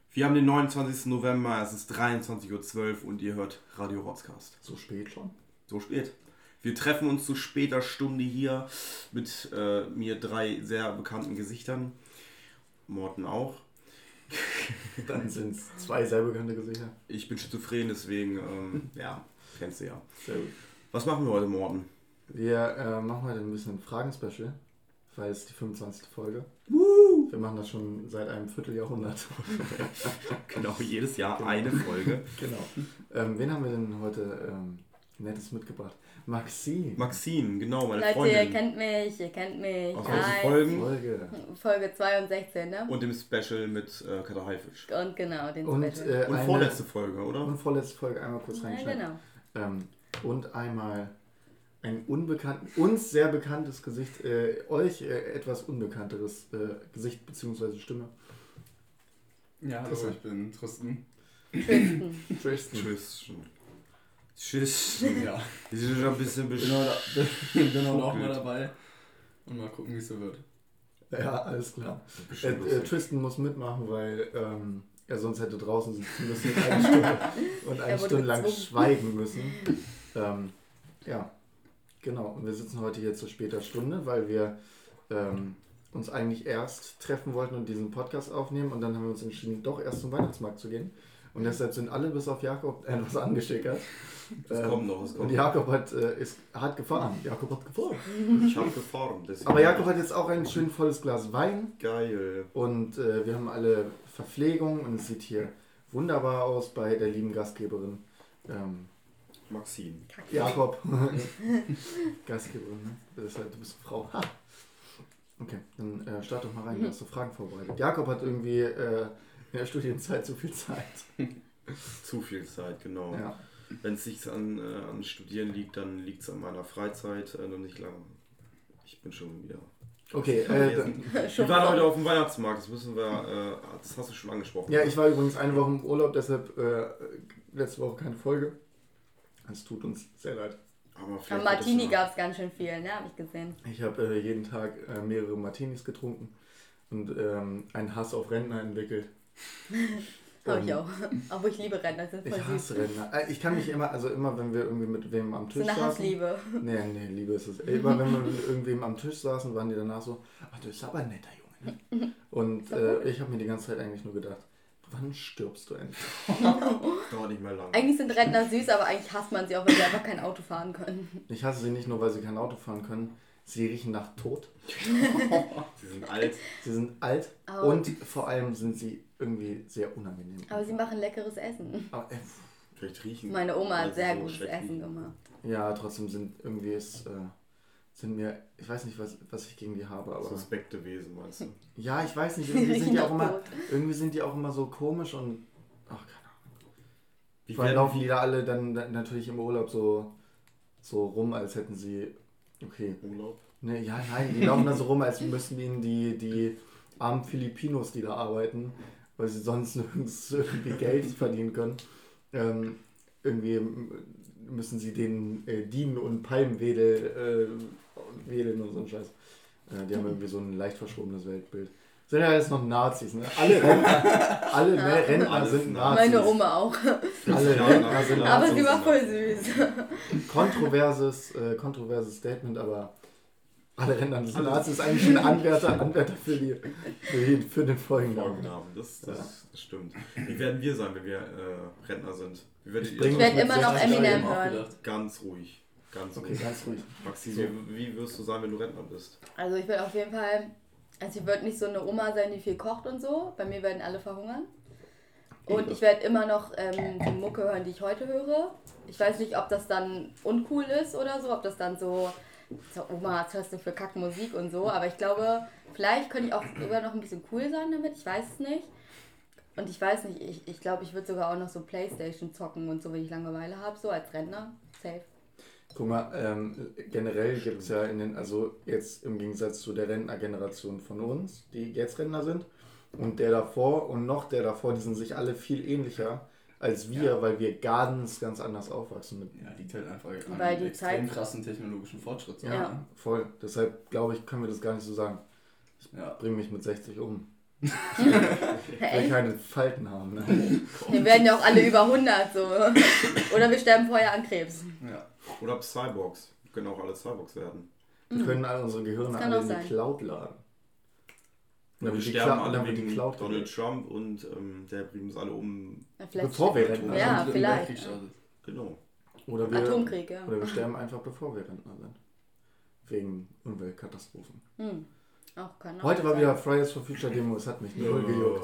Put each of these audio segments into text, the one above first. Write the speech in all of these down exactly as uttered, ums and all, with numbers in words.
Wir haben den neunundzwanzigsten November, es ist dreiundzwanzig Uhr zwölf und ihr hört Radio Rotzcast. So spät schon? So spät. Wir treffen uns zu später Stunde hier mit äh, mir drei sehr bekannten Gesichtern. Morten auch. Dann sind es zwei sehr bekannte Gesichter. Ich bin schizophren, deswegen, ähm, ja, kennst du ja. Sehr gut. Was machen wir heute, Morten? Wir äh, machen heute ein bisschen Fragen-Special, weil es die fünfundzwanzigste Folge. Woo! Wir machen das schon seit einem Vierteljahrhundert. Genau, jedes Jahr Genau. eine Folge. Genau. Ähm, wen haben wir denn heute ähm, Nettes mitgebracht? Maxine. Maxine, genau, meine Leute, Freundin. ihr kennt mich, ihr kennt mich. Aus Hi. welchen Folgen? Folge. Folge zwei und sechzehn, ne? Und dem Special mit äh, Kater Haifisch. Und genau, den Und, Special. äh, Und eine, vorletzte Folge, oder? Und vorletzte Folge einmal kurz Ja, reinschneiden. genau. Ähm, und einmal ein unbekannten, uns sehr bekanntes Gesicht, äh, euch äh, etwas unbekannteres äh, Gesicht bzw. Stimme. Ja, hallo, Tristan. ich bin Tristan. Tristan. Tristan. Tschüss. Tschüss. Ja, Die sind schon ein bisschen bin bescheuert. auch, da, bin auch noch mal dabei und mal gucken, wie es so wird. Ja, alles klar. Äh, Bestimmt äh, Tristan muss mitmachen, weil ähm, er sonst hätte draußen sitzen müssen und eine Stunde, und eine Er wurde Stunde lang gezwungen. schweigen müssen. Ähm, ja, genau. Und wir sitzen heute hier zu später Stunde, weil wir ähm, uns eigentlich erst treffen wollten und diesen Podcast aufnehmen und dann haben wir uns entschieden, doch erst zum Weihnachtsmarkt zu gehen. Und deshalb sind alle bis auf Jakob etwas angeschickert. Das kommt noch, das kommt Und Jakob hat, äh, ist, hat gefahren. Jakob hat gefahren. Ich habe gefahren. deswegen- Aber Jakob hat jetzt auch ein schön volles Glas Wein. Geil. Und äh, wir haben alle Verpflegung und es sieht hier wunderbar aus bei der lieben Gastgeberin. Ähm, Maxine. Jakob. Gastgeberin, ne? Das ist halt, du bist eine Frau. Ha. Okay, dann äh, start doch mal rein. Du hast so Fragen vorbereitet. Jakob hat irgendwie äh, in der Studienzeit zu viel Zeit. Zu viel Zeit, genau. Ja. Wenn es nicht an, äh, an Studieren liegt, dann liegt es an meiner Freizeit äh, noch nicht lange. Ich bin schon wieder. Okay, äh, dann, Wir waren heute auf dem Weihnachtsmarkt, das müssen wir, äh, das hast du schon angesprochen. ja, ich war übrigens eine Woche im Urlaub, deshalb äh, letzte Woche keine Folge. Es tut uns sehr leid. Aber vielleicht Am wird das Martini ja- gab es ganz schön viel, ne? Hab ich gesehen. Ich habe äh, jeden Tag äh, mehrere Martinis getrunken und ähm, einen Hass auf Rentner entwickelt. Hab ich Ähm, auch. Aber ich liebe Rentner, das sind Ich voll süß. hasse Rentner. Äh, Ich kann mich immer, also immer wenn wir irgendwie mit wem am So Tisch eine saßen. Hassliebe. Nee, nee, Liebe ist es. Immer wenn wir mit irgendwem am Tisch saßen, waren die danach so, ach, du bist aber ein netter Junge. Ne? Und äh, ich habe mir die ganze Zeit eigentlich nur gedacht, wann stirbst du endlich? Dauert nicht mehr lange. Eigentlich sind Rentner süß, aber eigentlich hasst man sie auch, weil sie einfach kein Auto fahren können. Ich hasse sie nicht nur, weil sie kein Auto fahren können. Sie riechen nach Tod. Sie sind alt. Sie sind alt Aber- und vor allem sind sie irgendwie sehr unangenehm. Aber sie machen leckeres Essen. Aber, äh, Vielleicht riechen. Meine Oma weil hat sie sehr so gutes schrecklich- Essen gemacht. ja, trotzdem sind irgendwie es, äh, sind mir, ich weiß nicht, was, was ich gegen die habe, aber Suspekte Wesen, meinst du? ja, ich weiß nicht, Sie irgendwie sind riechen die nach auch immer, Tod. irgendwie sind die auch immer so komisch und, ach, keine Ahnung. Wie Vor allem werden- laufen die da alle dann, dann natürlich im Urlaub so, so rum, als hätten sie, okay, Urlaub? ne, ja, nein, die laufen da so rum, als müssten ihnen die, die armen Filipinos, die da arbeiten, weil sie sonst nirgends irgendwie Geld verdienen können, ähm, irgendwie müssen sie denen äh, dienen und Palmwedel äh, wedeln und so ein Scheiß. Äh, die haben irgendwie so ein leicht verschobenes Weltbild. Sind ja alles noch Nazis, ne? Alle Rentner, alle Ja. ne, Rentner Alles sind Nazis. Nazis. Meine Oma auch. Alle Ja, Rentner sind ja, Aber Nazis. sie war voll süß. Kontroverses, äh, kontroverses Statement, aber alle Rentner sind Alle- Nazis. Ist eigentlich ein Anwärter, Anwärter für, die, für, die, für den Folgennamen. Folgennamen, das, das, das stimmt. Wie werden wir sein, wenn wir äh, Rentner sind? Wie werdet Ich ihr bring Ich sein? werd mit immer noch sechzig Eminem Jahren hören. aufgedacht. Ganz ruhig. Ganz Okay, ruhig. ganz ruhig. Maxi, So. wie, wie wirst du sein, wenn du Rentner bist? Also ich will auf jeden Fall, also ich würde nicht so eine Oma sein, die viel kocht und so. Bei mir werden alle verhungern. Und ich werde immer noch ähm, die Mucke hören, die ich heute höre. Ich weiß nicht, ob das dann uncool ist oder so, ob das dann so, so Oma, was hörst du für Kackmusik und so. Aber ich glaube, vielleicht könnte ich auch sogar noch ein bisschen cool sein damit, ich weiß es nicht. Und ich weiß nicht, ich, ich glaube, ich würde sogar auch noch so Playstation zocken und so, wenn ich Langeweile habe, so als Rentner. Safe. Guck mal, ähm, generell gibt es ja in den, also jetzt im Gegensatz zu der Rentnergeneration von uns, die jetzt Rentner sind, und der davor und noch der davor, die sind sich alle viel ähnlicher als wir, Ja. weil wir ganz, ganz anders aufwachsen. Mit. Ja, liegt halt einfach an Weil dem die extrem Zeit- krassen technologischen Fortschritt. so, Ja, Ja. ne? voll. Deshalb glaube ich, können wir das gar nicht so sagen. Ja. Bring mich mit sechzig um. Weil keine Falten haben. Ne? Wir werden ja auch alle über hundert so. Oder wir sterben vorher an Krebs. Ja. Oder Cyborgs. Wir können auch alle Cyborgs werden. Wir können all unsere Gehirne Das kann alle auch in die sein. Cloud laden. Und Dann wir wird die sterben Cloud- alle dann wird die wegen Cloud Donald gedreht. Trump und ähm, der bringt uns alle um. Ja, vielleicht Bevor wir rennen. Ja, Also, vielleicht. Weltkrieg startet. Genau. Oder wir, Atomkrieg, ja. oder wir sterben einfach bevor wir Rentner sind. Wegen Umweltkatastrophen. Hm. Auch kann auch Heute war sein. wieder Fridays for Future Demo, es hat mich null gejuckt.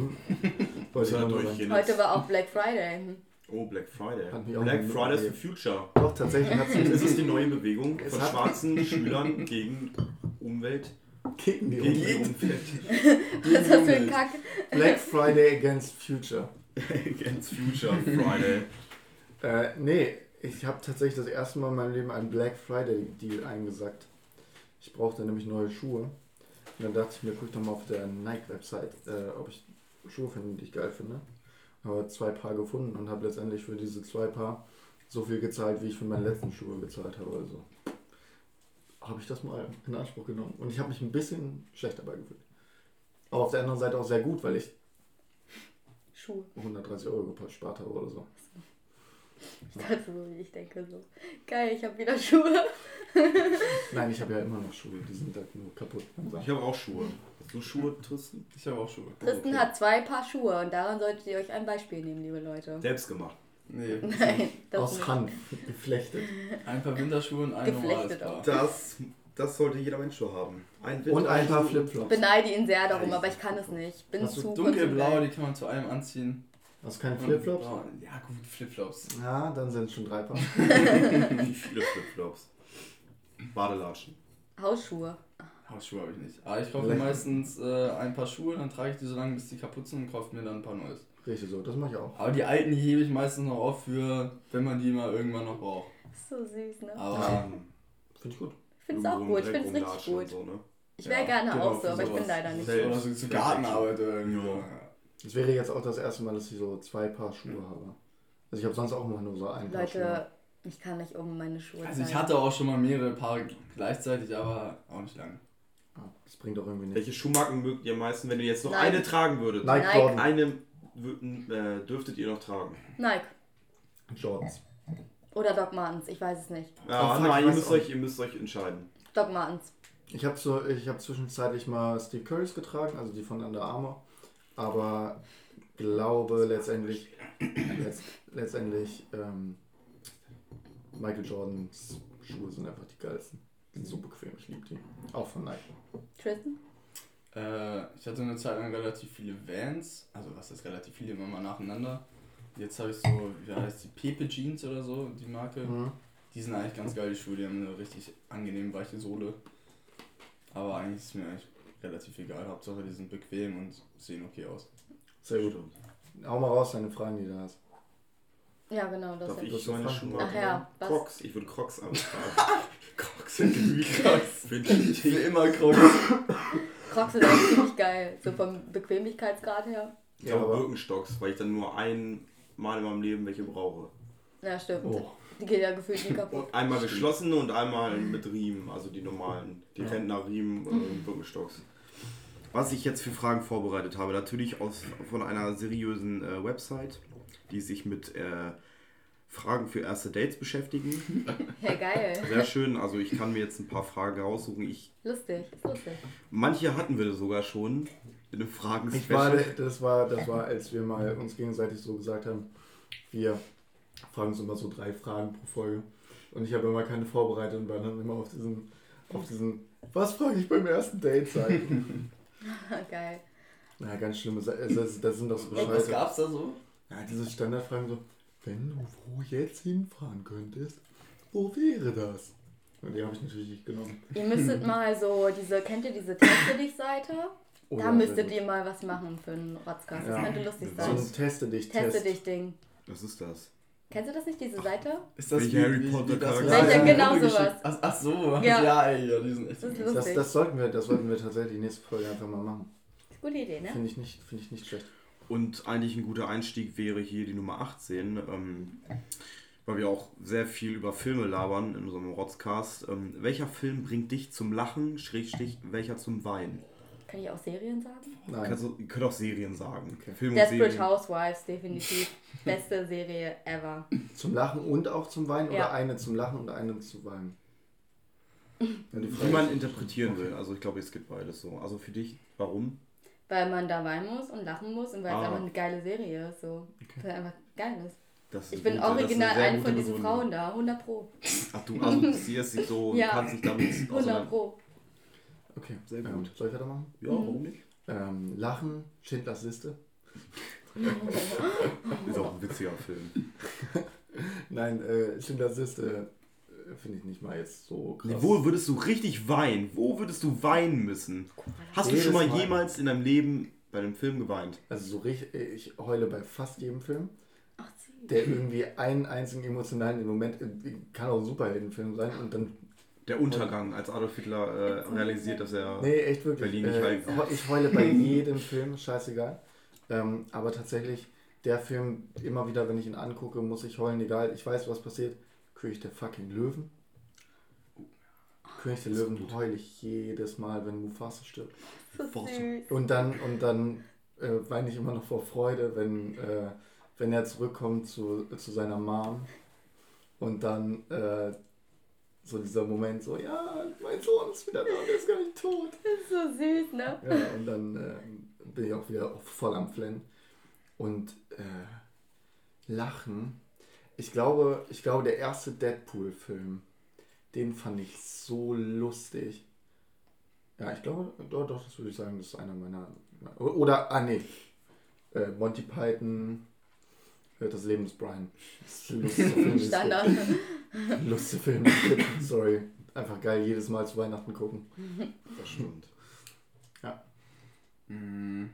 Wollte ich Ja, nur mal durchgehen. sagen. Heute war auch Black Friday. Hm. Oh, Black Friday. Hat mich auch Black mit- Fridays for Future. Doch, tatsächlich hat Das es ist die neue Bewegung Es von hat- schwarzen Schülern gegen Umwelt. gegen die Gegen die Umwelt. Umwelt. Was ist das für ein Kack? Black Friday against Future. Against Future Friday. Äh, nee, ich habe tatsächlich das erste Mal in meinem Leben einen Black Friday Deal eingesackt. Ich brauchte nämlich neue Schuhe. Und dann dachte ich mir, guck doch mal auf der Nike-Website, äh, ob ich Schuhe finde, die ich geil finde. Habe zwei Paar gefunden und habe letztendlich für diese zwei Paar so viel gezahlt, wie ich für meine letzten Schuhe gezahlt habe. Also habe ich das mal in Anspruch genommen. Und ich habe mich ein bisschen schlecht dabei gefühlt. Aber auf der anderen Seite auch sehr gut, weil ich Schuhe. hundertdreißig Euro gespart habe oder so. Ich dachte so, wie ich denke so. Geil, ich habe wieder Schuhe. Nein, ich habe ja immer noch Schuhe, die sind halt nur kaputt. Ich habe auch Schuhe. Hast du Schuhe, Tristan? Ich habe auch Schuhe. Tristan Okay. hat zwei Paar Schuhe und daran solltet ihr euch ein Beispiel nehmen, liebe Leute. Selbst gemacht. Nee. Nein, das Aus nicht. Hand geflechtet. Ein paar Winterschuhe und ein Geflechtet normales Paar. auch. Das, das sollte jeder Mensch so haben. Ein Und ein paar Ich Flipflops. beneide ihn sehr darum, aber ich kann es nicht. Ich bin Hast du zu Dunkelblau, konzentriert. die kann man zu allem anziehen. Hast du keine Und Flipflops? braun. Ja gut, Flipflops. Ja, dann sind es schon drei Paar. Wie viele Flipflops? Badelatschen. Hausschuhe. Hausschuhe habe ich nicht. Aber ich kaufe mir Lecker. meistens äh, ein paar Schuhe, dann trage ich die so lange, bis die kaputt sind und kaufe mir dann ein paar Neues. Richtig so, das mache ich auch. Aber die alten, die hebe ich meistens noch auf für, wenn man die mal irgendwann noch braucht. Ist so süß, ne? Aber Finde ich gut. Ich finde es auch gut, ich finde es richtig gut. So, ne? Ich wäre Ja, gerne genau, auch so, für aber ich bin sowas. leider nicht. Selbst. oder so zu Gartenarbeit oder irgendwie so. Ja. Das wäre jetzt auch das erste Mal, dass ich so zwei Paar Schuhe habe. Also ich habe sonst auch immer nur so ein Paar Schuhe. Leute, ich kann nicht um meine Schuhe Also ich zeigen. hatte auch schon mal mehrere Paare gleichzeitig, aber auch nicht lange. Ah, das bringt doch irgendwie Welche nichts. Schuhmarken mögt ihr am meisten, wenn ihr jetzt noch Nike. eine tragen würdet? Nike, Nike. Jordan, Eine würden, äh, dürftet ihr noch tragen. Nike. Jordans. Oder Doc Martens, ich weiß es nicht. Ja, fuck, nein, ich ihr weiß müsst, auch. euch, ihr müsst euch entscheiden. Doc Martens. Ich habe so, ich hab zwischenzeitlich mal Steve Currys getragen, also die von Under Armour. Aber glaube letztendlich, letzt, letztendlich ähm, Michael Jordans Schuhe sind einfach die geilsten. Die sind so bequem, ich liebe die. Auch von Nike. Tristan? Äh, ich hatte eine Zeit lang relativ viele Vans, also was ist relativ viele, immer mal nacheinander. Jetzt habe ich so, wie heißt die, Pepe Jeans oder so, die Marke. Mhm. Die sind eigentlich ganz geil, die Schuhe, die haben eine richtig angenehm weiche Sohle. Aber eigentlich ist mir eigentlich relativ egal, Hauptsache die sind bequem und sehen okay aus. Sehr gut. Hau mal raus deine Fragen, die du hast. Ja, genau, das Darf ist ich so meine Fragen? Schuhmarke? Ach ja, was? Crocs. Ich würde Crocs anfragen. Crocs sind Crocs. Ich will immer Crocs. Crocs sind eigentlich ziemlich geil. So vom Bequemlichkeitsgrad her. Ich Ja, habe aber- Birkenstocks, weil ich dann nur einmal in meinem Leben welche brauche. Ja, stimmt. Oh. Die geht ja gefühlt nie kaputt. Und einmal geschlossene und einmal mit Riemen, also die normalen, die Ja. Rentnerriemen und Birkenstocks. Was ich jetzt für Fragen vorbereitet habe, natürlich aus, von einer seriösen äh, Website, die sich mit äh, Fragen für erste Dates beschäftigen. Ja, geil. Sehr schön, also ich kann mir jetzt ein paar Fragen raussuchen. Ich, Lustig, ist lustig. manche hatten wir sogar schon in den Fragen. Ich war, das war, das war, als wir mal uns gegenseitig so gesagt haben, wir fragen uns immer so drei Fragen pro Folge. Und ich habe immer keine vorbereitet und war dann immer auf diesen, auf diesen, was frage ich beim ersten Date sein? Geil. Na, ganz schlimme Sachen. Das, das sind doch so Was Scheiße. gab's da so? Ja, diese Standardfragen so, wenn du wo jetzt hinfahren könntest, wo wäre das? Und die habe ich natürlich nicht genommen. Ihr müsstet mal so diese, kennt ihr diese Teste dich Seite? Oh Da ja, müsstet sehr gut. ihr mal was machen für einen Rotzkast. Das Ja. könnte lustig So sein. ein Teste dich Teste Test. dich Ding. Was ist das? Kennst du das nicht, diese Seite? Ist das Welche wie, Harry wie, Potter wie das Charakter? was Welcher in genau Gruppe sowas? geschickt- Ach, ach so, Ja. ja, ey, ja, die sind echt Das ist gut. Das, lustig. das, sollten wir, das sollten wir tatsächlich nächste Folge einfach mal machen. Gute Idee, ne? Finde ich, nicht, finde ich nicht schlecht. Und eigentlich ein guter Einstieg wäre hier die Nummer achtzehn, ähm, weil wir auch sehr viel über Filme labern in unserem Rotzcast. Ähm, welcher Film bringt dich zum Lachen, Schrägstrich, welcher zum Weinen? Kann ich auch Serien sagen? Nein. Kannst du, ihr könnt auch Serien sagen. Okay. Film und Desperate Serien. Housewives, definitiv. Beste Serie ever. Zum Lachen und auch zum Weinen Ja. oder eine zum Lachen und eine zu weinen? Ja, die Wie Frage man ist- interpretieren will. Also ich glaube, es gibt beides so. Also für dich, warum? Weil man da weinen muss und lachen muss und weil es Ah. einfach eine geile Serie ist. So. Weil es einfach geil ist. Das ist Ich bin gut, das ist original eine sehr eine gute von diesen Begründung. Frauen da, hundert Pro. Ach du assoziierst dich so, Ja. du kannst dich damit hundert auseinander... Pro. Okay, Sehr ähm, gut. soll ich weitermachen? Ja, warum nicht? Ähm, Lachen, Schindlers Liste. Ist auch ein witziger Film. Nein, äh, Schindlers Liste äh, finde ich nicht mal jetzt so krass. Nee, wo würdest du richtig weinen? Wo würdest du weinen müssen? Hast du Jedes schon mal Mal. jemals in deinem Leben bei einem Film geweint? Also so richtig, ich heule bei fast jedem Film, Ach, sie. der irgendwie einen einzigen emotionalen Moment, äh, kann auch ein Superheldenfilm sein und dann, Der Untergang, als Adolf Hitler äh, realisiert, dass er... nee, echt wirklich, Berlin nicht äh, heil- ich heule bei jedem Film, scheißegal, ähm, aber tatsächlich, der Film, immer wieder, wenn ich ihn angucke, muss ich heulen, egal, ich weiß, was passiert, König der fucking Löwen. König der Das ist Löwen gut. heule ich jedes Mal, wenn Mufasa stirbt. So Boah, so- süß. Und dann, und dann äh, weine ich immer noch vor Freude, wenn, äh, wenn er zurückkommt zu, zu seiner Mom und dann äh, so dieser Moment so, ja, mein Sohn ist wieder da, der ist gar nicht tot. Das ist so süß, ne? Ja, und dann äh, bin ich auch wieder voll am Flennen. Und äh, Lachen, ich glaube, ich glaube, der erste Deadpool-Film, den fand ich so lustig. Ja, ich glaube, doch, doch, das würde ich sagen, das ist einer meiner. Oder, ah, nee. Äh, Monty Python, äh, das Leben des Brian. Das ist der lustigste Film, den es gibt. Standard. Lustige Film, den es gibt. Sorry. Einfach geil, jedes Mal zu Weihnachten gucken. Das stimmt. Mm,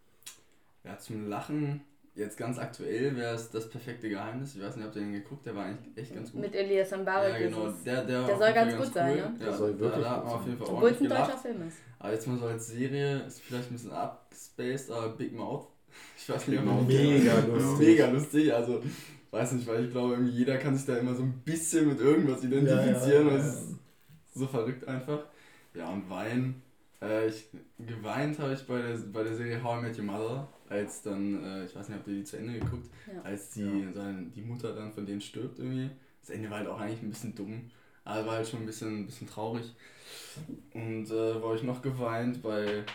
Ja, zum Lachen, jetzt ganz aktuell wäre es Das perfekte Geheimnis. Ich weiß nicht, habt ihr den geguckt? Der war eigentlich echt ganz gut. Mit Elias Mbarek. Ja, genau. dieses- Der, der, war der auf soll jeden Fall ganz gut sein, ne? Ja, Der soll da, wirklich da hat gut man auf sein. jeden Fall Obwohl es ordentlich ein deutscher gelacht. Film ist. Aber jetzt mal so als Serie, ist vielleicht ein bisschen abgespaced, aber Big Mouth. Ich weiß nicht, ob Mouth. man Mega kennt. lustig. Mega lustig, also weiß nicht, weil ich glaube, irgendwie jeder kann sich da immer so ein bisschen mit irgendwas identifizieren. Ja, ja, Das ja. ist so verrückt einfach. Ja, und Weinen. Äh, ich, geweint habe ich bei der, bei der Serie How I Met Your Mother, als dann, äh, ich weiß nicht, habt ihr die zu Ende geguckt, Ja. als die, dann, die Mutter dann von denen stirbt irgendwie. Das Ende war halt auch eigentlich ein bisschen dumm, aber war halt schon ein bisschen, ein bisschen traurig. Und äh, wo hab ich noch geweint bei,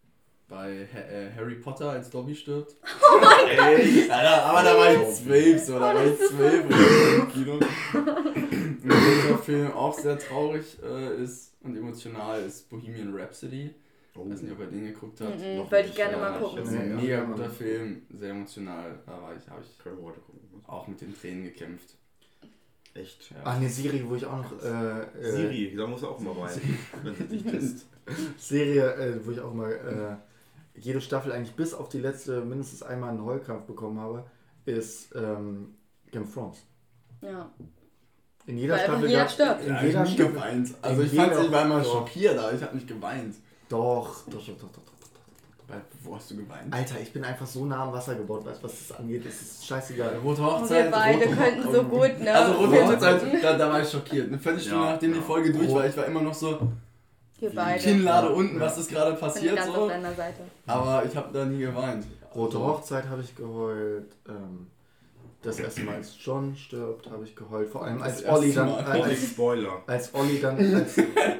bei ha äh, Harry Potter, als Dobby stirbt. Oh mein Gott! Alter, aber da war ich zwölf, so, da war ich zwölf oder so im Kino. Und welcher Film auch sehr traurig äh, ist und emotional ist Bohemian Rhapsody. Oh. Ich weiß nicht, ob ihr den geguckt habt. Mhm, noch Wollte ich nicht, gerne ja, mal ich gucken. jetzt Das ist ein Ja, mega ja, guter Mann. Film, sehr emotional. Da war ich, habe ich Können wir heute gucken. auch mit den Tränen gekämpft. Echt? Ja. Ach, eine Serie, wo ich auch noch. Äh, äh, Siri, da muss er auch mal weinen, wenn sie dich küsst. Serie, äh, wo ich auch mal äh, jede Staffel eigentlich bis auf die letzte mindestens einmal einen Heulkrampf bekommen habe, ist ähm, Game of Thrones. Ja. In jeder Weil einfach Staffel jeder gab's- stirbt. In Ja, jeder ich hab Staffel. geweint. Also in ich fand jeder- ich war immer doch. schockiert, aber ich habe nicht geweint. Doch, doch, doch, doch, doch, doch, doch. Weil, wo hast du geweint? Alter, ich bin einfach so nah am Wasser gebaut, was, was das angeht. Es ist scheißegal. Rote Und Hochzeit. wir beide rote könnten Ho- so gut, ne? Also rote Filme Hochzeit, gucken. da, da war ich schockiert. Eine Viertelstunde Ja, nachdem die ja. Folge durch Rot- war, ich war immer noch so Wir beide. Kinnlade unten, Ja. was ist gerade Bin passiert ganz auf so. deiner Seite. Aber ich habe da nie geweint. Rote Also, Hochzeit habe ich geheult. Ähm, das erste Mal, als John stirbt, habe ich geheult. Vor allem Das als Olli erste dann. Mal. Äh, Nicht als, Spoiler. als Olli dann. Als,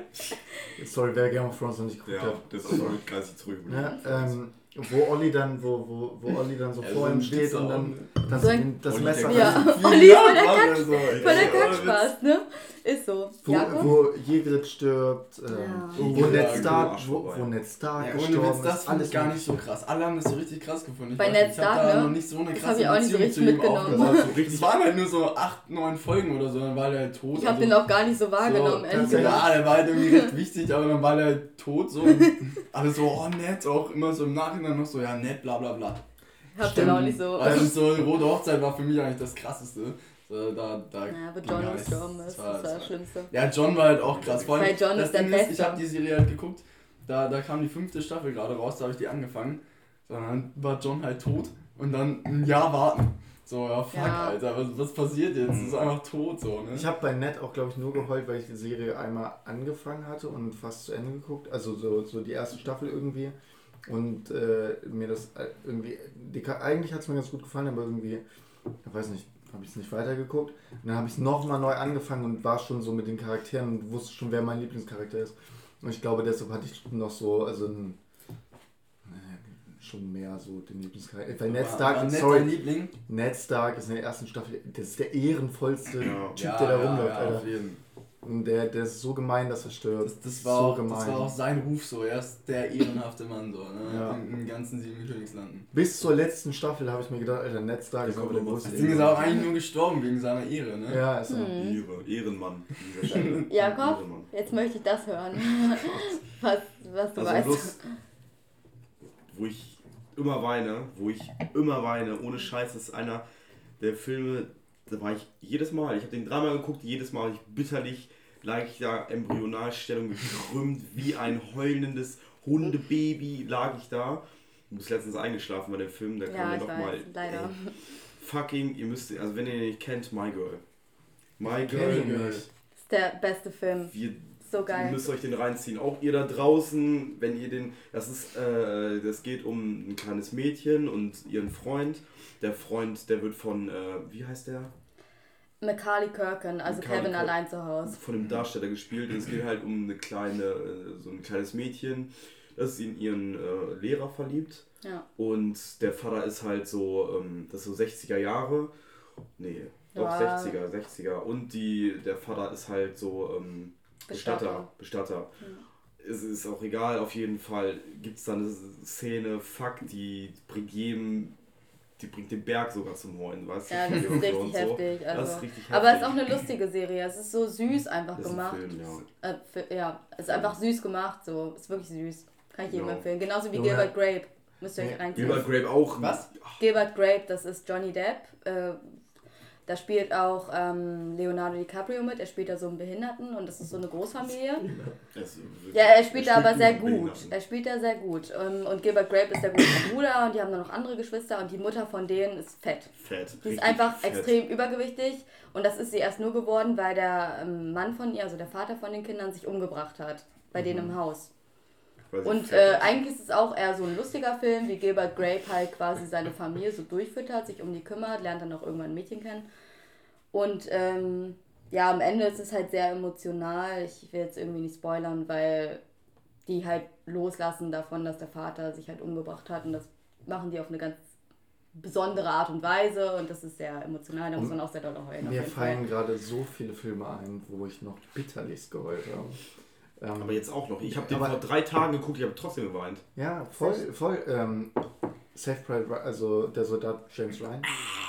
sorry, wer Game of Thrones noch nicht geguckt Ja, hat. das ist auch dreißig zurück. Ja, ähm, wo Olli dann, wo, wo, wo Olli dann so Ja, vor so ihm ein steht Witzer und auch, dann ne? das, So ein- das Olli Messer. der- Ja, Viel Olli ist voll der Love, Kack. also, Voll der ja, Kackspaß, ne? Ist so. Wo, Jakob? wo Ygritte stirbt, ähm, Ja. wo, Ja, Ned gut, Stark, Arsch wo, vorbei. wo Ned Stark Ja, ohne gestorben Witz, das ist, fand alles ich gar nicht mögliche. so krass. Alle haben das so richtig krass gefunden. Ich Bei weiß Ned nicht, ich hab Stark, da ne? noch nicht so eine Das krasse hab ich auch nicht so Beziehung richtig zu ihm mitgenommen. aufgebaut. Richtig- Es waren halt nur so acht, neun Folgen oder so, dann war der halt tot. Ich habe also- den auch gar nicht so wahrgenommen, ehrlich tatsächlich. gesagt. Ja, der war halt irgendwie recht wichtig, aber dann war der halt tot so. Und alle so, oh nett, auch immer so im Nachhinein noch so, ja nett, bla bla bla. Ich hab den Stimmt. auch nicht so. Also so Rote Hochzeit war für mich eigentlich das krasseste. So, da, da, Ja, wo John ja, gestorben es- ist, es das war- war es das war- Schlimmste. Ja, John war halt auch krass. Vor allem, Weil John das ist der Ding ist, ich Beste. habe die Serie halt geguckt, da, da kam die fünfte Staffel gerade raus, da habe ich die angefangen. So, dann war John halt tot und dann ein Jahr warten. So, ja, fuck, Ja. Alter, was, was passiert jetzt? Es ist einfach tot, so, ne? Ich habe bei Net auch, glaube ich, nur geheult, weil ich die Serie einmal angefangen hatte und fast zu Ende geguckt. Also so, so die erste Staffel irgendwie. Und äh, mir das äh, irgendwie... Die, eigentlich hat es mir ganz gut gefallen, aber irgendwie... Ich weiß nicht, habe ich es nicht weitergeguckt. Und dann habe ich es nochmal neu angefangen und war schon so mit den Charakteren und wusste schon, wer mein Lieblingscharakter ist. Und ich glaube, deshalb hatte ich noch so... also ein, schon mehr so den Lieblingscharakter. Weil Ned Stark, war Ned sorry, dein Liebling? Ned Stark ist in der ersten Staffel, das ist der ehrenvollste Ja. Typ, Ja, der da ja, rumläuft, ja, Alter. auf jeden. Und der, der ist so gemein, dass er stirbt. Das, das, war so auch, gemein. das war auch sein Ruf so, er ist der ehrenhafte Mann so, ne? Ja. In den ganzen sieben Königslanden. Bis zur letzten Staffel habe ich mir gedacht, Alter, Ned Stark ist Ja, aber der aber größte. Das Ding ist auch eigentlich nur gestorben wegen seiner Ehre, ne? Ja, ist er. Hm. Ehre, Ehrenmann. an dieser Stelle. Jakob, Ehrenmann. jetzt möchte ich das hören. was, was du Also weißt. bloß, wo ich immer weine, wo ich immer weine, ohne Scheiß, das ist einer der Filme, da war ich jedes Mal, ich habe den dreimal geguckt, jedes Mal ich bitterlich, lag ich da Embryonalstellung gekrümmt, wie ein heulendes Hundebaby lag ich da. Ich bin letztens eingeschlafen bei dem Film, da Ja, kam mir ich nochmal, weiß, leider. fucking, ihr müsst, also wenn ihr ihn nicht kennt, My Girl. My Kenn Girl, ich nicht. Das ist der beste Film. wir So Ihr geil. müsst euch den reinziehen. Auch ihr da draußen, wenn ihr den. Das ist, äh, das geht um ein kleines Mädchen und ihren Freund. Der Freund, der wird von, äh, wie heißt der? Macaulay Culkin, also Macaulay Kevin Culkin. allein zu Hause. Von dem Darsteller gespielt. Und es geht halt um eine kleine, äh, so ein kleines Mädchen, das ist in ihren äh, Lehrer verliebt. Ja. Und der Vater ist halt so, ähm, das ist so sechziger Jahre. Nee, doch Ja. sechziger, sechziger. Und die, der Vater ist halt so, ähm, Bestatter. Bestatter. Ja. Es ist auch egal, auf jeden Fall gibt es da eine Szene, fuck, die bringt jedem, die bringt den Berg sogar zum Heulen, weißt du? Ja, das ist Von richtig und so. heftig. Also. Das ist richtig heftig. Aber es ist auch eine lustige Serie. Es ist so süß einfach Das ist ein gemacht. Film, ja. Äh, für, ja, es ist einfach süß gemacht. So, ist wirklich süß. Kann ich jedem Ja. empfehlen. Genauso wie Junge. Gilbert Grape. Müsst ihr euch Nee, reinziehen. Gilbert Grape auch. Was? Gilbert Grape, das ist Johnny Depp. Äh, da spielt auch ähm, Leonardo DiCaprio mit. Er spielt da so einen Behinderten und das ist so eine Großfamilie. Es- Ja, er spielt da aber sehr nur gut. Behinderten. Er spielt da sehr gut. Ähm, Und Gilbert Grape ist der große Bruder und die haben dann noch andere Geschwister und die Mutter von denen ist fett. Fett. Die ist richtig einfach fett. extrem übergewichtig und das ist sie erst nur geworden, weil der ähm, Mann von ihr, also der Vater von den Kindern, sich umgebracht hat. Bei denen im Haus. Weil sie Und fett äh, ist. eigentlich ist es auch eher so ein lustiger Film, wie Gilbert Grape halt quasi seine Familie so durchfüttert, sich um die kümmert, lernt dann auch irgendwann ein Mädchen kennen. Und ähm, ja, am Ende ist es halt sehr emotional. Ich will jetzt irgendwie nicht spoilern, weil die halt loslassen davon, dass der Vater sich halt umgebracht hat und das machen die auf eine ganz besondere Art und Weise und das ist sehr emotional, da muss man auch sehr doll heulen. auf Mir jeden Fall. fallen gerade so viele Filme ein, wo ich noch bitterlichst geheult habe. Ähm, Aber jetzt auch noch. Ich habe den Aber- vor drei Tagen geguckt, ich habe trotzdem geweint. ja, voll, voll. Ähm, Safe Private Ryan, also der Soldat James Ryan.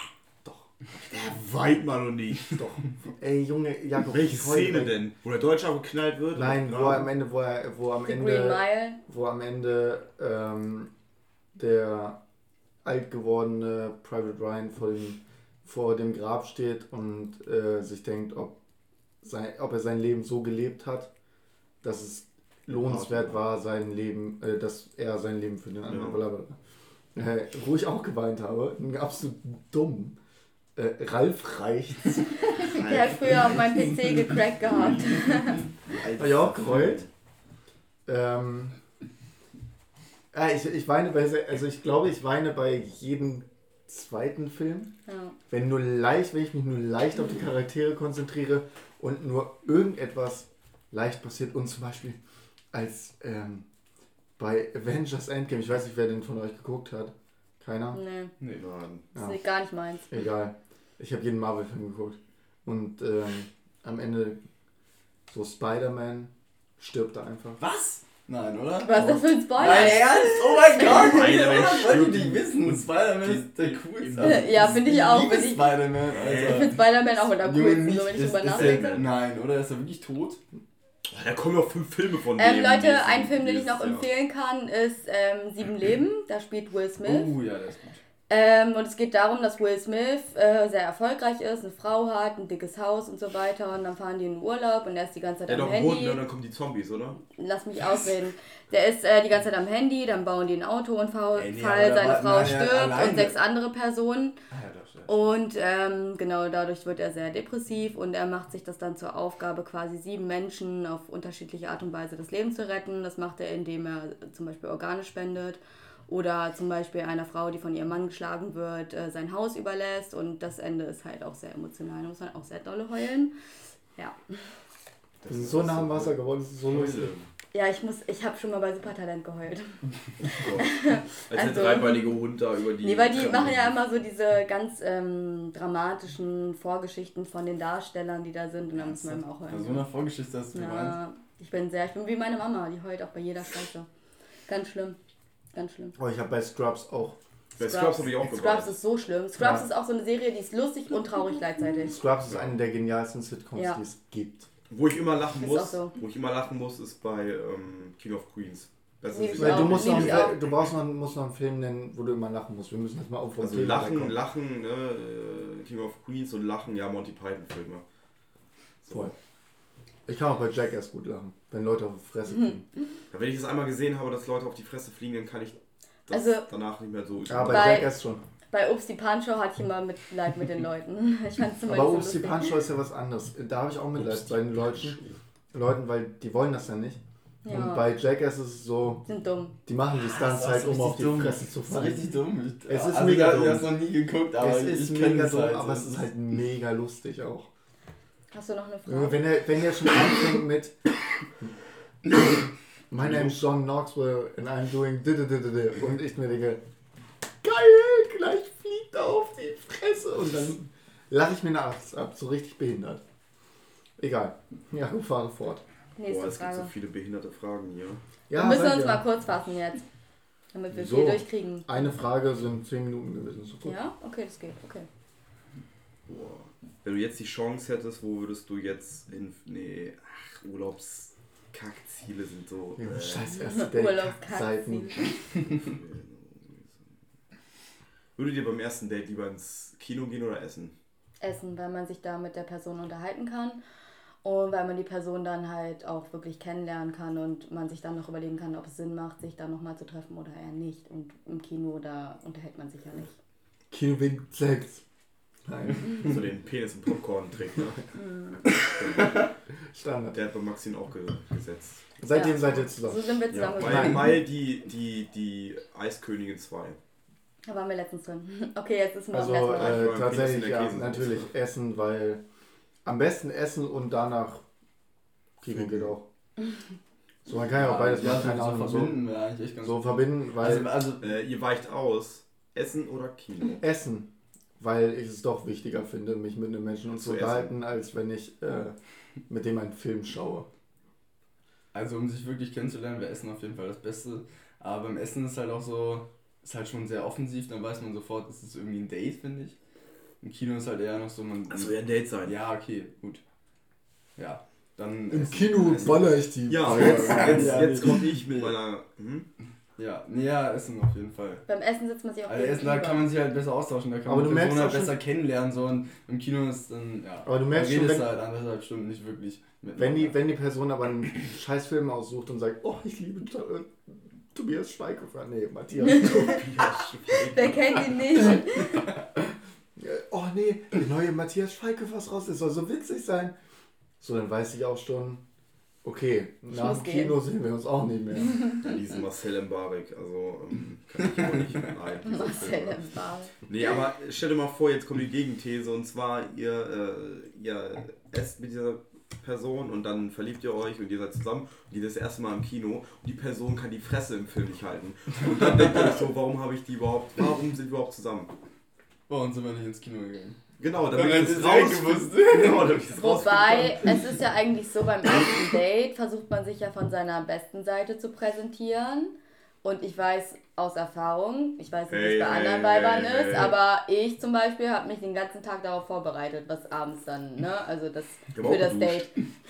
Der weint man noch nicht. Doch. Ey, Junge, Jakob. Welche ich heul Szene direkt. denn? Wo der Deutsche abgeknallt wird? Nein, Und wo er am Ende, wo er, wo am The Green Ende, Mile. wo am Ende ähm, der alt gewordene Private Ryan vor dem, vor dem Grab steht und äh, sich denkt, ob, sein, ob er sein Leben so gelebt hat, dass es lohnenswert war, sein Leben, äh, dass er sein Leben für den anderen, Ja. blablabla. Äh, wo ich auch geweint habe, absolut dumm. Äh, Ralf Reichts. Der hat früher auf meinem P C gecrackt gehabt. Habe ich auch geheult. Ähm, ja, ich, ich weine bei, se- also ich glaube, ich weine bei jedem zweiten Film. Ja. Wenn nur leicht, wenn ich mich nur leicht auf die Charaktere konzentriere und nur irgendetwas leicht passiert. Und zum Beispiel als ähm, bei Avengers Endgame, ich weiß nicht, wer den von euch geguckt hat. Keiner? Nee, Nee. Nein. das Ja. ist gar nicht meins. Egal. Ich habe jeden Marvel-Film geguckt. Und ähm, am Ende so Spider-Man stirbt da einfach. Was? Nein, oder? Was ist das für ein Spoiler? Nein, ernst? Oh mein Gott! Spider-Man Das wollte ich stirbt. nicht wissen. Spider-Man ist der coolste. Ja, finde ich auch. Ich liebe Find ich- Spider-Man, Ich Alter. finde Spider-Man auch mit der Junge, coolsten, nicht. so wenn ich Ist, drüber ist nachdenke. er, nein, oder? Ist er wirklich tot? Oh, da kommen noch fünf Filme von Ähm, dem. Leute, nächsten- ein Film, den ich noch nächstes Jahr. empfehlen kann, ist ähm, Sieben Leben. Da spielt Will Smith. Oh ja, der ist gut. Ähm, und es geht darum, dass Will Smith äh, sehr erfolgreich ist, eine Frau hat, ein dickes Haus und so weiter. Und dann fahren die in den Urlaub und er ist die ganze Zeit Der am doch Handy. Boden, ne? Dann kommen die Zombies, oder? Lass mich ausreden. Der ist äh, die ganze Zeit am Handy, dann bauen die einen Autounfall, Ey, nee, aber da seine war- Frau nein, ja, stirbt alleine- und sechs andere Personen. Ah, ja, doch, stimmt. Und ähm, genau dadurch wird er sehr depressiv und er macht sich das dann zur Aufgabe, quasi sieben Menschen auf unterschiedliche Art und Weise das Leben zu retten. Das macht er, indem er zum Beispiel Organe spendet oder zum Beispiel einer Frau, die von ihrem Mann geschlagen wird, äh, sein Haus überlässt. Und das Ende ist halt auch sehr emotional, da muss man auch sehr dolle heulen. Ja. Das ist so nah am Wasser geworden, das ist so lustig. Ja, ich muss, ich habe schon mal bei Supertalent geheult. Als Also- der dreibeinige Hund da über die... Nee, weil die Treppen machen ja lief. immer so diese ganz ähm, dramatischen Vorgeschichten von den Darstellern, die da sind. Und dann muss man immer auch Bei heulen. so einer Vorgeschichte hast du gemeint. Ja, ich bin sehr, ich bin wie meine Mama, die heult auch bei jeder Scheiße. Ganz schlimm. Ganz schlimm. Oh, ich habe bei Scrubs auch. Bei Scrubs habe ich auch Scrubs geweint. ist so schlimm. Scrubs Ja. ist auch so eine Serie, die ist lustig und traurig gleichzeitig. Scrubs ist eine der genialsten Sitcoms, Ja. die es gibt. Wo ich immer lachen Ist muss, auch so. wo ich immer lachen muss, ist bei ähm, King of Queens. Das Lieb ist ich Weil auch, du, musst lieb noch, ich auch. du brauchst noch, musst noch einen Film nennen, wo du immer lachen musst. Wir müssen jetzt mal auf vom also Thema Lachen, wegkommen. Lachen, ne, äh, King of Queens und Lachen, ja, Monty Python Filme. So. Voll. Ich kann auch bei Jackass gut lachen, wenn Leute auf die Fresse kriegen. Ja, wenn ich das einmal gesehen habe, dass Leute auf die Fresse fliegen, dann kann ich das Also- danach nicht mehr so... Ja, bei Bei- Jackass schon. Bei Ups die Punch-Show hatte ich immer Mitleid mit den Leuten. Ich fand es immer Aber nicht Ups, so die lustig. Punch ist ja was anderes. Da habe ich auch Mitleid bei den Leuten, Leuten, weil die wollen das ja nicht. Und Ja, bei Jackass ist es so, sind dumm. die machen die Stunts Das halt, ist um auf richtig die dumm. Fresse zu Das ist fallen. richtig dumm. Ich, Es ist also mega ich hab dumm. das noch nie geguckt, aber Es ist ich kenne mega es dumm, halt. aber es ist halt mega lustig auch. Hast du noch eine Junge, Frage? Wenn er, wenn er schon anfängt mit My name is John Knoxville and I'm doing dididididi und ich mir denke, geil, gleich fliegt er auf die Fresse und dann lache ich mir nachts ab, so richtig behindert. Egal. Ja, ich fahre fort. Nächste Boah, es gibt so Frage. viele behinderte Fragen hier. Ja, Wir müssen sag uns ja. mal kurz fassen jetzt. Damit wir So. viel durchkriegen. Eine Frage sind zehn Minuten gewesen. So gut. Ja? Okay, das geht. Okay. Boah. Wenn du jetzt die Chance hättest, wo würdest du jetzt in... Nee, ach, Urlaubskackziele sind so... Ja, äh, scheiß erste Date. Urlaubskackziele. Seiten. Würdet ihr beim ersten Date lieber ins Kino gehen oder essen? Essen, weil man sich da mit der Person unterhalten kann und weil man die Person dann halt auch wirklich kennenlernen kann und man sich dann noch überlegen kann, ob es Sinn macht, sich da nochmal zu treffen oder eher nicht. Und im Kino, da unterhält man sich ja nicht. Kino wegen Sex. Nein. So den Penis im Popcorn-Trick, ne? Standard. Der hat bei Maxine auch ge gesetzt. Seitdem Ja. seid ihr So zusammen. sind wir Ja, zusammengekommen. weil, Nein. weil die, die, die Eiskönigin zwei. Da waren wir letztens drin. Okay, jetzt ist morgen Also erstmal rein. äh, Ich war im tatsächlich Penis in der ja, Käsesoße. natürlich Essen, weil am besten Essen und danach Kino geht auch. So, man kann ja auch beides machen, keine so Ahnung, so, verbinden wäre eigentlich echt ganz so verbinden, weil Also, also Äh, ihr weicht aus. Essen oder Kino? Essen, weil ich es doch wichtiger finde, mich mit einem Menschen Zu zu unterhalten, als wenn ich äh, mit dem einen Film schaue. Also um sich wirklich kennenzulernen, wäre Essen auf jeden Fall das Beste. Aber beim Essen ist halt auch so, ist halt schon sehr offensiv, dann weiß man sofort, es ist irgendwie ein Date, finde ich. Im Kino ist halt eher noch so, man... Das soll ja ein Date sein. Ja, okay, gut. Ja, dann... Im Essen. Kino Essen. baller ich die. Ja, Feuer. jetzt, jetzt, Ja, jetzt nee. komme ich mit meiner... Hm? Ja, nee, ja, Essen auf jeden Fall. Beim Essen sitzt man sich auch Also Essen, da gegenüber. kann man sich halt besser austauschen, da kann Aber man du die Person merkst halt auch schon- besser kennenlernen, so und im Kino ist dann, ja... Aber du merkst da schon, redest wenn- du halt anderthalb Stunden nicht wirklich mit. Wenn die, wenn die Person aber einen Scheißfilm aussucht und sagt, oh, ich liebe äh, Tobias Schweighöfer. Nee, Matthias. Wer kennt ihn nicht? Äh, oh nee, die neue Matthias Schweighöfer ist raus, das soll so witzig sein. So, dann weiß ich auch schon, okay, nach muss dem gehen. Kino sehen wir uns auch nicht mehr. Ja, diesen Marcel Mbarek, also ähm, kann ich auch nicht. Nein, diese Marcel Filme. im Bar. Nee, aber stell dir mal vor, jetzt kommt die Gegenthese und zwar, ihr, äh, ihr esst mit dieser Person und dann verliebt ihr euch und ihr seid zusammen und ihr das erste Mal im Kino und die Person kann die Fresse im Film nicht halten. Und dann denkt ihr euch so, warum habe ich die überhaupt, warum sind wir überhaupt zusammen? Bei uns sind wir nicht ins Kino gegangen. Genau, Dann damit hätte ich ich das es raus... gewusst. Genau, damit ich das Wobei, es ist ja eigentlich so, beim ersten Date versucht man sich ja von seiner besten Seite zu präsentieren. Und ich weiß aus Erfahrung, ich weiß nicht, wie es Hey, bei hey, anderen Weibern hey, ist, hey. aber ich zum Beispiel habe mich den ganzen Tag darauf vorbereitet, was abends dann, ne, also das Ich hab für auch das geduscht. Date.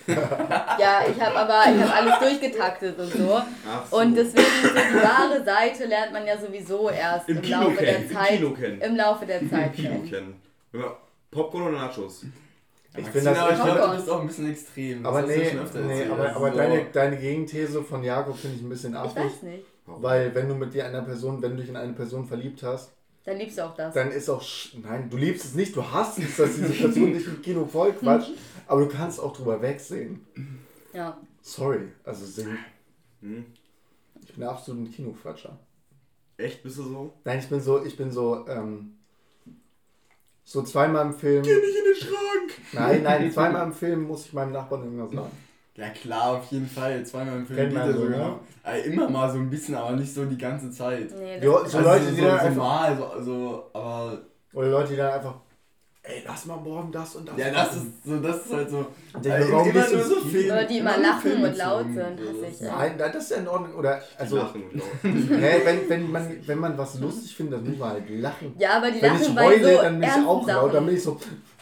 Ja, ich habe aber ich hab alles durchgetaktet und so. Ach so. Und deswegen, so die wahre Seite lernt man ja sowieso erst Im im, Kino Laufe kennen, der im Zeit. Kino kennen. Im Laufe der Zeit Im Kino kennen. kennen. Ja, Popcorn oder Nachos? Ich Ich finde das aber ich echt- glaube, du bist auch ein bisschen extrem. Das Aber hast du ja nee, schon öfter nee erzählt. aber, aber Also deine, deine Gegenthese von Jakob finde ich ein bisschen Ich affig. weiß nicht. Weil wenn du mit dir einer Person, wenn du dich in eine Person verliebt hast, Dann liebst du auch das. dann ist auch, sch- nein, du liebst es nicht, du hasst es, dass diese Person dich im Kino voll quatscht, aber du kannst auch drüber wegsehen. Ja. Sorry, also sing, Hm? ich bin absolut ein Kinoquatscher. Echt, bist du so? Nein, ich bin so, ich bin so, ähm, so zweimal im Film, Geh nicht in den Schrank! nein, nein, zweimal im Film muss ich meinem Nachbarn irgendwas sagen. Ja klar, auf jeden Fall. Zweimal im Film Kennt geht man er so, sogar. ja. Äh, immer mal so ein bisschen, aber nicht so die ganze Zeit. Nee, das Jo, ist so Also Leute, die so, dann so einfach, mal, so, also, aber oder Leute, die dann einfach, ey, lass mal morgen das und das ja, das machen. ist so, das ist halt so. Und äh, ich, warum immer gehst du nur ins so Kino? Film, Oder die immer nur lachen Filme und laut zu- sind, so, hasse das- ich. Ja. Nein, das ist ja in Ordnung. Oder, also, Lachen und laut. hä, wenn, wenn, man, wenn man was lustig findet, dann muss man halt lachen. Ja, aber die Wenn lachen ich bei heule, so dann bin ich ernsten auch laut, dann bin ich Sachen.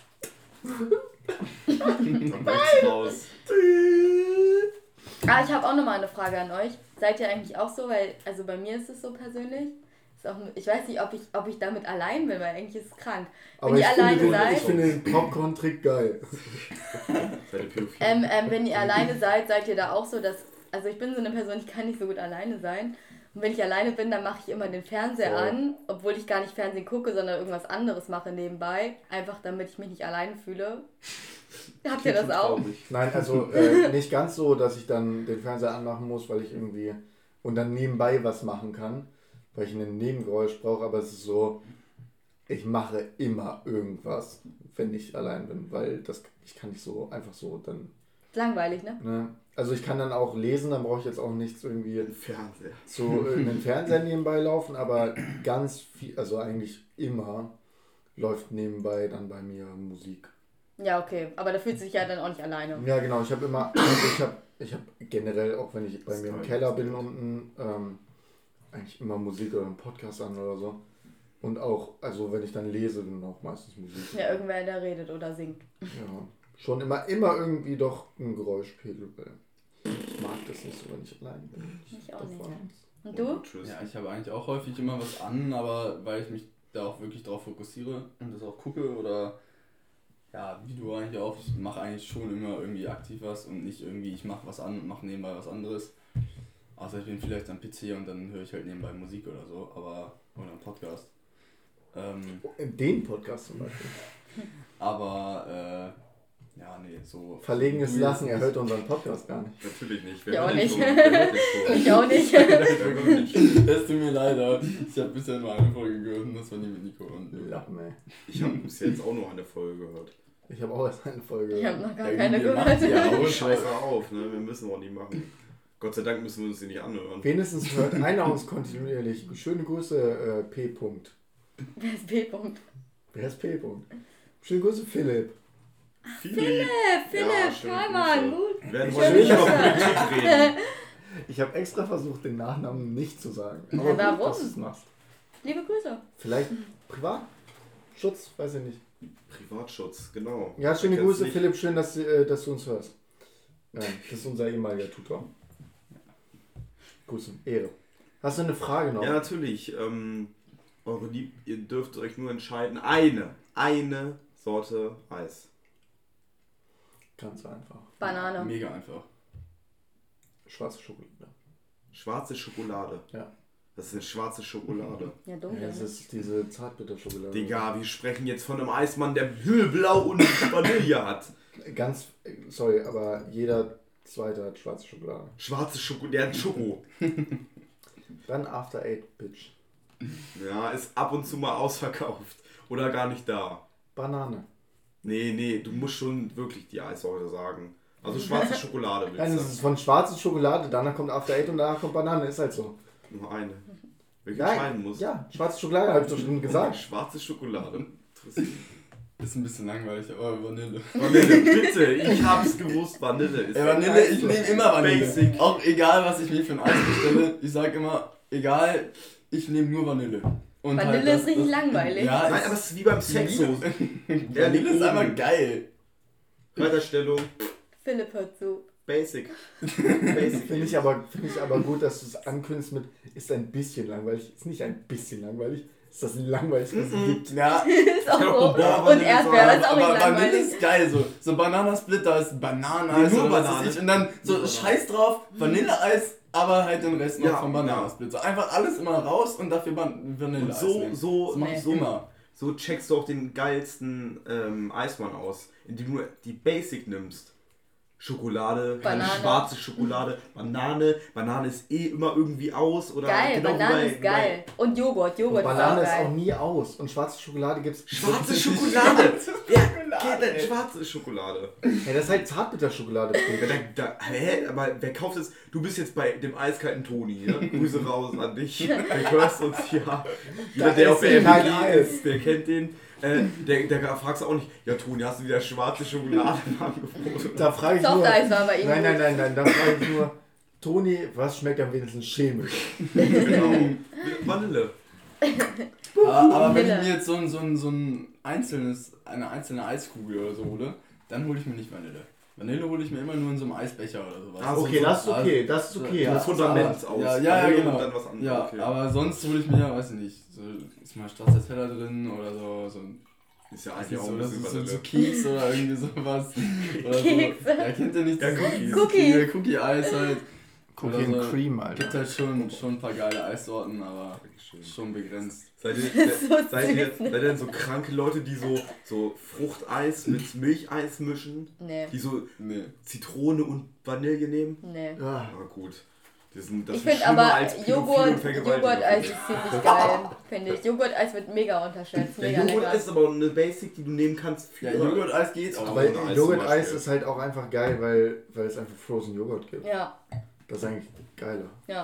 so, Dann wächst raus. Ah, ich habe auch nochmal eine Frage an euch. Seid ihr eigentlich auch so? Weil, also bei mir ist es so persönlich. Ist auch, ich weiß nicht, ob ich, ob ich damit allein bin, weil eigentlich ist es krank. aber Wenn ich ihr finde, alleine den, seid, ich finde den Popcorn-Trick geil. Seid ihr pädophil? ähm, ähm, wenn ihr alleine seid, seid ihr da auch so, dass, also ich bin so eine Person, ich kann nicht so gut alleine sein. Und wenn ich alleine bin, dann mache ich immer den Fernseher Voll. an, obwohl ich gar nicht Fernsehen gucke, sondern irgendwas anderes mache nebenbei. Einfach damit ich mich nicht alleine fühle. Habt ihr das auch? Traurig. Nein, also äh, nicht ganz so, dass ich dann den Fernseher anmachen muss, weil ich irgendwie und dann nebenbei was machen kann, weil ich ein Nebengeräusch brauche, aber es ist so, ich mache immer irgendwas, wenn ich allein bin, weil das ich kann nicht so einfach so dann, Langweilig, ne? ne? Also ich kann dann auch lesen, dann brauche ich jetzt auch nichts irgendwie Fernseher. so irgendeinen Fernseher nebenbei laufen, aber ganz viel, also eigentlich immer läuft nebenbei dann bei mir Musik. Ja, okay. Aber da fühlt sich ja dann auch nicht alleine. Ja, genau. Ich habe immer, also ich habe ich hab generell, auch wenn ich bei mir im Style, Keller Style. bin unten, ähm, eigentlich immer Musik oder einen Podcast an oder so. Und auch, also wenn ich dann lese, dann auch meistens Musik. Ja, irgendwer, der redet oder singt. Ja, schon immer, immer irgendwie doch ein Geräuschpegel. Weil ich mag das nicht so, wenn ich allein bin. Ich auch Davor nicht. Angst. Und du? Tschüss. Ja, ich habe eigentlich auch häufig immer was an, aber weil ich mich da auch wirklich drauf fokussiere und das auch gucke oder ja, wie du eigentlich auch, ich mache eigentlich schon immer irgendwie aktiv was und nicht irgendwie, ich mache was an und mache nebenbei was anderes. Außer ich bin vielleicht am P C und dann höre ich halt nebenbei Musik oder so, aber oder einen Podcast. Ähm, Den Podcast zum Beispiel. aber äh, ja, nee, so. Verlegenes du Lachen, jetzt er hört unseren Podcast gar nicht. Natürlich nicht. Ja, auch hört nicht. den schon? Wer hört den schon? Ich auch nicht. Wer hört den nicht? Es tut mir leid, aber ich habe bisher nur eine Folge gehört und das war die mit Nico und Lachen, ey. Ich habe bis jetzt auch nur eine Folge gehört. Ich habe auch erst eine Folge. Ich habe noch gar Ja, keine wir machen gehört. die ja Oh, auch. scheiß mal auf, ne? Wir müssen auch nicht machen. Gott sei Dank müssen wir uns die nicht anhören. Wenigstens hört einer uns kontinuierlich. Schöne Grüße, äh, P. -Punkt. Wer ist B-Punkt? Wer ist P. -Punkt? Schöne Grüße, Philipp. Philipp! Philipp, Philipp, schöne Karmann, Grüße. gut. Wir werden Ich heute hab nicht nicht über gehört. Politik reden. Ich habe extra versucht, den Nachnamen nicht zu sagen. Ja, Aber gut, warum? dass du es machst. Liebe Grüße. Vielleicht Privatschutz, weiß ich nicht. Privatschutz, genau. Ja, schöne Kennst Grüße, nicht. Philipp. Schön, dass, äh, dass du uns hörst. Ja, das ist unser ehemaliger Tutor. Grüße, Ehre. Hast du eine Frage noch? Ja, natürlich. Ähm, eure Lieb ihr dürft euch nur entscheiden. Eine, eine Sorte Eis. Ganz einfach. Banane. Mega einfach. Schwarze Schokolade. Schwarze Schokolade. Ja. Das ist eine schwarze Schokolade. Ja, Ja, dunkel. das ist diese Zartbitterschokolade. Digga, wir sprechen jetzt von einem Eismann, der Himmelblau und Vanille hat. Ganz, äh, sorry, aber jeder zweite hat schwarze Schokolade. Schwarze Schokolade, der hat Schoko. Dann After Eight, Bitch. Ja, ist ab und zu mal ausverkauft. Oder gar nicht da. Banane. Nee, nee, du musst schon wirklich die Eissorte sagen. Also schwarze Schokolade, würde Nein, ich es sagen. ist von schwarze Schokolade, danach kommt After Eight und danach kommt Banane, ist halt so. Nur eine. Wenn ich Nein, entscheiden muss. ja, schwarze Schokolade, habe ich doch schon gesagt. Schwarze Schokolade. Interessant. Ist ein bisschen langweilig, aber Vanille. Vanille, bitte, ich hab's gewusst, Vanille ist. Ey, Vanille, ich nehme immer Vanille. Basic. Auch egal, was ich mir für ein Eis bestelle, ich sag immer, egal, ich nehme nur Vanille. Und Vanille das- ist richtig das- langweilig. Ja, Nein, aber es ist wie beim Sex so. Vanille ist einfach geil. Reiterstellung. Philipp hört zu. Basic. Basic. Finde ich, aber, find ich aber gut, dass du es ankündigst mit, ist ein bisschen langweilig. Ist nicht ein bisschen langweilig. Ist das langweilig, was es gibt? Ja, Ist auch so. Boah, Und Erdbeer ist auch aber nicht Vanille langweilig. ist geil, so, so Bananasplitter ist Bananeneis Nee, nur oder was Banane. weiß ich. Und dann so Nur Scheiß drauf, Vanilleeis, aber halt den Rest noch Ja, vom Bananasplitter. Einfach alles immer raus und dafür Ban- Und Vanilleeis so, nehmen. so, Das mach ich so, immer. so checkst du auch den geilsten ähm, Eismann aus, indem du die Basic nimmst. Schokolade, keine Banane. schwarze Schokolade, Banane. Banane ist eh immer irgendwie aus. Oder Geil, genau wie Banane bei- ist geil. Und Joghurt, Joghurt Und ist Banane auch ist auch geil. nie aus. Und schwarze Schokolade gibt es. Bei schwarze Schokolade! Wer kennt denn schwarze Schokolade? Ja, das ist halt Zartbitterschokolade. Ja, da, da, hä? Aber wer kauft es? Du bist jetzt bei dem eiskalten Toni, ne? Grüße raus an dich. Du hörst uns ja. Jeder, der auf der ist kein M P G Eis. ist, der kennt den. Äh, der, der fragst auch nicht, ja Toni, hast du wieder schwarze Schokolade im Angebot? Da frage ich nur. Softeis war bei ihm. Nein, nein, nein, nein. Da frage ich nur, Toni, was schmeckt am wenigsten chemisch? Genau. Vanille. Aber, aber wenn ich Vanille. mir jetzt so ein, so ein, so ein einzelnes, eine einzelne Eiskugel oder so hole, dann hole ich mir nicht Vanille. Vanille hole ich mir immer nur in so einem Eisbecher oder sowas. Ah, so Okay, das ist okay, das ist okay. Ja, Das Fundament aber- aus. Ja, ja, ja, Vanille genau. und dann was anderes. Ja, Okay. aber sonst hole ich mir, weiß ich nicht, so ist mal Stracciatella drin oder so, so ein Ist ja weiß eigentlich nicht, auch so, ein das bisschen ist so, so Vanille. Keks oder irgendwie sowas. Oder Kekse. So. Ja, kennt ihr nicht? Ja, diese- Cookies. diese Cookies. Cookie-Eis halt. Cookie Oder and so. Cream, Gibt Alter. halt schon, schon ein paar geile Eissorten, aber schon begrenzt. Seid ihr, So seid, ihr, süß, ne? seid ihr denn so kranke Leute, die so, so Fruchteis mit Milcheis mischen? Nee, Die so Nee. Zitrone und Vanille nehmen? nee. Ja. Na gut. Das sind, das Ich ist finde schlimmer aber als Pädophile und Joghurt, Vergewaltiger, Joghurt-Eis finde ist ziemlich geil, finde ich. Joghurt-Eis wird mega unterschätzt, ich. Der mega Joghurt lecker. ist aber eine Basic, die du nehmen kannst für Ja, Joghurt-Eis geht auch. Aber Ohne Eis Joghurt-Eis zum ist halt auch einfach geil, weil, weil es einfach Frozen Joghurt gibt. Ja, Das ist eigentlich geiler. ja.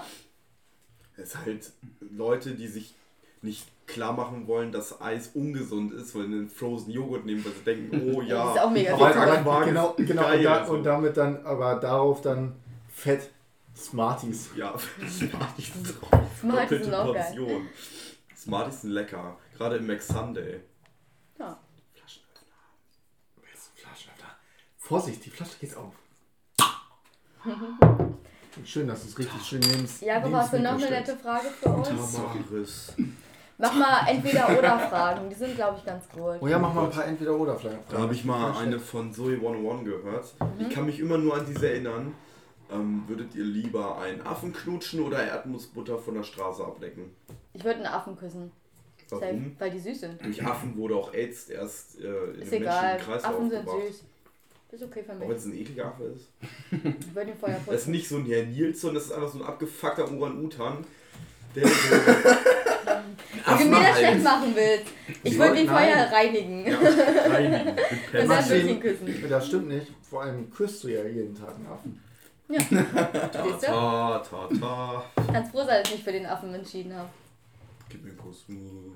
Es ist halt Leute, die sich nicht klar machen wollen, dass Eis ungesund ist, weil sie einen Frozen Joghurt nehmen, weil sie denken, oh ja, Das ist auch mega Aber, viel aber- Zucker. aber genau, genau geil, und, da, so. und damit dann, aber darauf dann Fett Smarties. ja, Smarties drauf. Smarties Doppelte sind auch geil. Portion. Smarties sind lecker, gerade im McSunday. Ja. Wer ist ein Flaschenöffner? Vorsicht, die Flasche geht auf. Schön, dass du es richtig schön nimmst. Jakob, hast du noch eine nette Frage für uns? Tamaris. Mach mal Entweder-Oder-Fragen, die sind, glaube ich, ganz gut. Oh ja, mach mal ein paar Entweder-Oder-Fragen. Da habe ich mal eine von Zoe hundertundeins gehört. Ich kann mich immer nur an diese erinnern. Ähm, würdet ihr lieber einen Affen knutschen oder Erdnussbutter von der Straße ablecken? Ich würde einen Affen küssen. Safe, Warum? weil die süß sind. Durch Affen wurde auch AIDS erst äh, in Ist den egal, menschlichen Kreislauf Affen sind gebracht. süß. Ist okay für Auch wenn mich. es ein ekliger Affe ist. Ich würde den Feuer Das ist putzen. nicht so ein Herr Nilsson, das ist einfach so ein abgefuckter Orang-Utan, der so Wenn du mir das schlecht machen willst, ich würde den Nein. Feuer reinigen. ja, reinigen mit Und Pest. dann würde ich ihn küssen. Das stimmt nicht. Vor allem küsst du ja jeden Tag einen Affen. Siehst du? Ta, ta, ta. Kannst froh sein, dass ich mich für den Affen entschieden habe. Gib mir einen Kuss.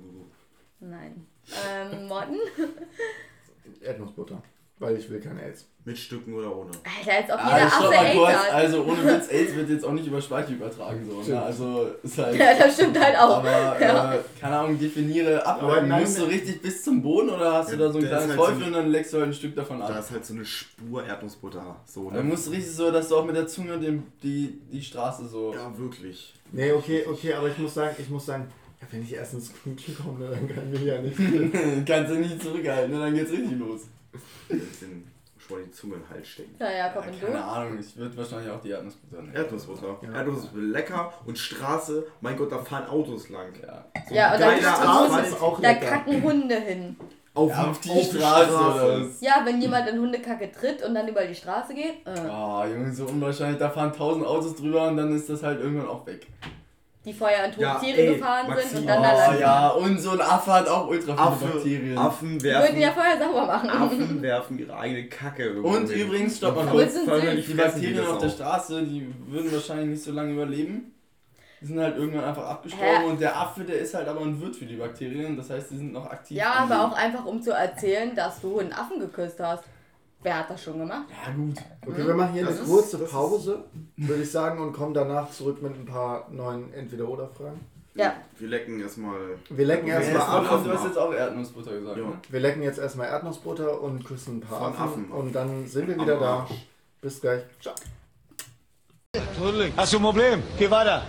Nein. Ähm, Morten? Erdnussbutter. Weil ich will keine AIDS. Mit Stücken oder ohne? Alter, als ob Ah, jeder stopp Affe mal AIDS kurz, hat. also ohne Witz, AIDS wird jetzt auch nicht über Speichel übertragen. So, Stimmt. ne? Also ist halt. Ja, das stimmt halt auch. Aber, Ja. äh, keine Ahnung, definiere ab. Aber Du nein, musst du richtig bis zum Boden oder hast Ja, du da so ein der ist kleines halt so Häufchen ein- und dann leckst du halt ein Stück davon Da ab? ist halt so eine Spur Erdnussbutter. So, Dann ne? musst du richtig so, dass du auch mit der Zunge den, die, die Straße so. Ja, wirklich. Nee, okay, okay, aber ich muss sagen, ich muss sagen, ja, wenn ich erst ins Knutschen komme, dann kann ich ja nicht. Kannst du nicht zurückhalten, ne? Dann geht's richtig los. Ein bisschen schon mal die Zunge in den Hals stecken. Na, Jakob, Ja, und keine du? Ahnung, ich würde wahrscheinlich auch die Erdnussbutter nehmen. Erdnussbutter. Ja. Erdnussbutter lecker und Straße, mein Gott, da fahren Autos lang. Ja. So Ja, ein und dann geiler Straße Asphalt ist auch Da lecker. kacken Hunde hin. auf, Ja, auf die auf Straße oder was? Ja, wenn jemand in Hundekacke tritt und dann über die Straße geht. Äh. Oh, Junge, so unwahrscheinlich. Da fahren tausend Autos drüber und dann ist das halt irgendwann auch weg. Die vorher an tote Ja, Tiere ey, gefahren Maxi, sind und dann da Oh lang. ja, und so ein Affe hat auch ultra viele Affe, Bakterien. Affen Die würden ja werfen, vorher sauber machen. Affen werfen ihre eigene Kacke irgendwo Und hin. übrigens, stopp mal Aber kurz. es sind Vor allem, wenn süß. die Die fressen die Bakterien das auf der auch. Straße, die würden wahrscheinlich nicht so lange überleben. Die sind halt irgendwann einfach abgestorben Hä? und der Affe, der ist halt aber ein Wirt für die Bakterien, das heißt, die sind noch aktiv. Ja, am aber auch Leben. einfach um zu erzählen, dass du einen Affen geküsst hast. Wer hat das schon gemacht? Ja, gut. Okay, wir machen hier Das eine ist- kurze das ist- Pause, würde ich sagen, und kommen danach zurück mit ein paar neuen Entweder-Oder-Fragen. Ja. Wir lecken erstmal. Wir lecken Ja, erstmal erstmal ab. Affen Du hast ab. jetzt auch Erdnussbutter gesagt, Ja. ne? Wir lecken jetzt erstmal Erdnussbutter und küssen ein paar Von Affen. Affen. Und dann sind wir Am wieder da. Arsch. Bis gleich. Ciao. Hast du ein Problem? Geh weiter.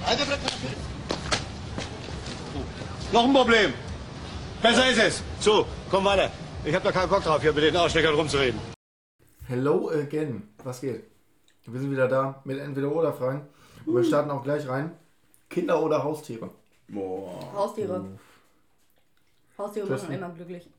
Noch ein Problem. Besser ist es. So, komm weiter. Ich hab da keinen Bock drauf, hier mit den Arschlöchern rumzureden. Hello again. Was geht? Wir sind wieder da mit Entweder-Oder-Fragen. Und wir starten auch gleich rein. Kinder oder Haustiere? Boah. Haustiere. Haustiere Tristan? machen immer glücklich.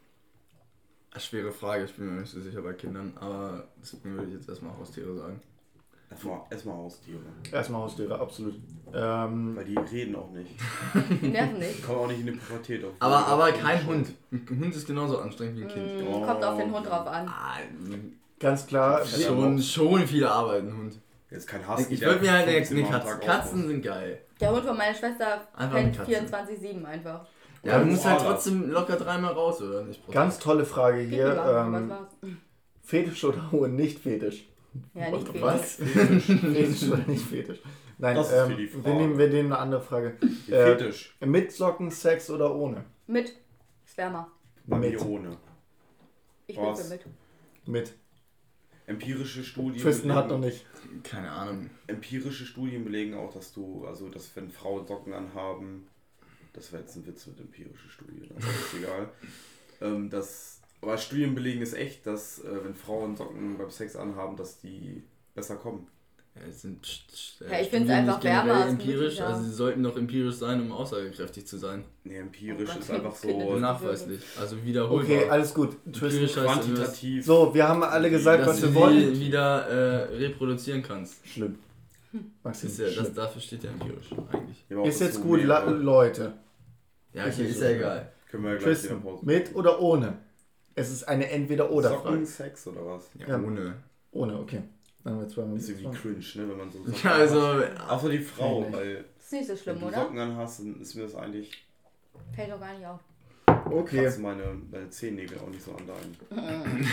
Schwere Frage, ich bin mir nicht so sicher bei Kindern, aber deswegen würde ich jetzt erstmal Haustiere sagen. Erstmal, erstmal Haustiere. Erstmal Haustiere, absolut. Ähm, Weil die reden auch nicht. Die nerven nicht. Die kommen auch nicht in die Pubertät. Auf Aber, aber kein Hund. Ein Hund ist genauso anstrengend wie ein Kind. Mm, Kommt auf den Hund drauf an. Ah, ganz klar. schon, schon viel Arbeit, ein Hund. Jetzt kein Husky. Ich würde mir halt jetzt fünfzehn eine Mal am Katze. Tag Katzen aufmacht. sind geil. Der Hund von meiner Schwester Einfach eine pennt Katze. vierundzwanzig sieben einfach. Ja, du Ganz- musst halt trotzdem locker dreimal raus, oder nicht? Ganz tolle Frage Pipi hier. machen, was Ähm, war's? Fetisch oder hohe Nicht-Fetisch? Ja, nicht viel. Was? Fetisch oder nicht Fetisch? Nein, Das ist für ähm, die Frau. wir, nehmen, wir nehmen eine andere Frage. Die Äh, Fetisch. mit Socken, Sex oder ohne? Mit. Ist wärmer. Bei mit. mir ohne. Ich bin Was? für mit. Mit. Empirische Studien. Tristan hat noch belegen- nicht. Keine Ahnung. Empirische Studien belegen auch, dass du, also dass wenn Frauen Socken anhaben, das war jetzt ein Witz mit empirischen Studien, aber ist egal. Ähm, das, aber Studien belegen es echt, dass äh, wenn Frauen Socken beim Sex anhaben, dass die besser kommen. Ja, es sind pst, Ja, ich find's Studien einfach nicht generell wärmer als empirisch, möglich, also ja. sie sollten doch empirisch sein, um aussagekräftig zu sein. Nee, empirisch Oh Gott, ist einfach Kinder- so Nachweislich, also wiederholbar. Okay, alles gut. Empirisch Tristan. heißt irgendwas, quantitativ. So, wir haben alle gesagt, dass was du wir sie wollen. wieder äh, reproduzieren kannst. Schlimm. Maxim, Das ist ja, das, schlimm. dafür steht ja empirisch eigentlich. Ja, aber auch Ist jetzt dazu gut, La mehrere. Leute. Ja, Ist okay, nicht ist so ja schlimm. egal. Können wir ja gleich wieder Tristan, Pause. mit oder ohne? Es ist eine Entweder-Oder-Frage. Socken, Sex oder was? Ja, Ja. ohne. Ohne, okay. Dann haben wir zweimal Ist irgendwie cringe, ne, wenn man so Socken Ja, also, anhat. Außer die Frau, Nee, nee. weil Ist nicht so schlimm, wenn du oder? Socken anhast, dann ist mir das eigentlich, Fällt doch gar nicht auf. Okay. kratzt meine, meine Zehennägel auch nicht so an deinen.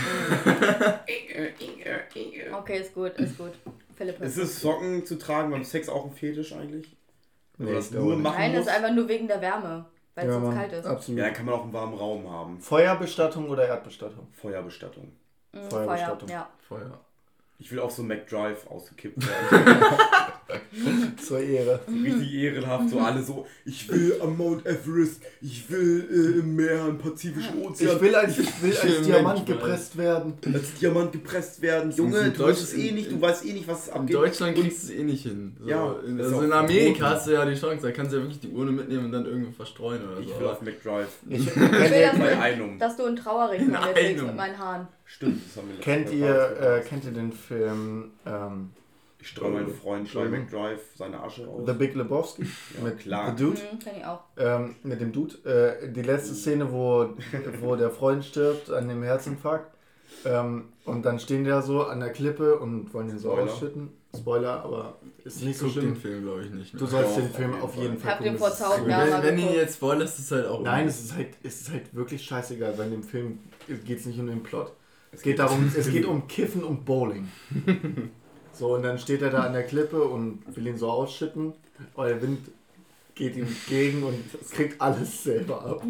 Okay, ist gut, ist gut. Philipp. Ist es Socken zu tragen beim Sex auch ein Fetisch eigentlich? Wenn Nee, man das ich glaube nur nicht. machen Nein, das muss? ist einfach nur wegen der Wärme. Weil es Ja, sonst Mann, kalt ist. absolut. Ja, dann kann man auch einen warmen Raum haben. Feuerbestattung oder Erdbestattung? Feuerbestattung. Mm, Feuer, Feuerbestattung. ja. Feuer. Ich will auch so McDrive ausgekippt werden. Zur Ehre. Richtig ehrenhaft, so alle so, ich will am Mount Everest, ich will äh, im Meer, im Pazifischen Ozean, Ich will als, ich will als Mensch, Diamant Mann. gepresst werden. als Diamant gepresst werden. in Junge, du weißt es Deutsch- eh nicht, du weißt eh nicht, was es In abgeht. Deutschland Und- kriegst du es eh nicht hin. So, Ja, in, das ist also in auch Amerika verboten. hast du ja die Chance, da kannst du ja wirklich die Urne mitnehmen und dann irgendwo verstreuen oder Ich so. will Aber auf McDrive. Ich, Ich will, kennt, dass Bei du, Einum. dass du einen Trauerring von mir Nein, trägst du- mit meinen Haaren. Stimmt, das haben wir letztes kennt Mal ihr, äh, verraten. kennt ihr den Film ähm, Ich streue meinen Freund bei Entschuldigung. McDrive seine Asche aus. The Big Lebowski? Ja, mit klar. The Dude? Mhm, kenn ich auch. Ähm, mit dem Dude. Äh, die letzte Szene, wo, wo der Freund stirbt an dem Herzinfarkt. Ähm, und dann stehen die da so an der Klippe und wollen den so Spoiler. ausschütten. Spoiler, aber ist nicht so guck schlimm. den Film, glaube ich, nicht mehr. Du sollst Doch, den auf Film jeden auf Fall. jeden Ich Fall hab den gucken. vor Das ist tausend so- Jahren wenn, mal wenn du geguckt. jetzt spoilerst, ist es halt auch Nein, okay. es ist halt, es ist halt wirklich scheißegal, weil in dem Film geht es nicht um den Plot. Es geht darum, es geht um Kiffen und Bowling. So, und dann steht er da an der Klippe und will ihn so ausschütten, aber der Wind geht ihm entgegen und kriegt alles selber ab.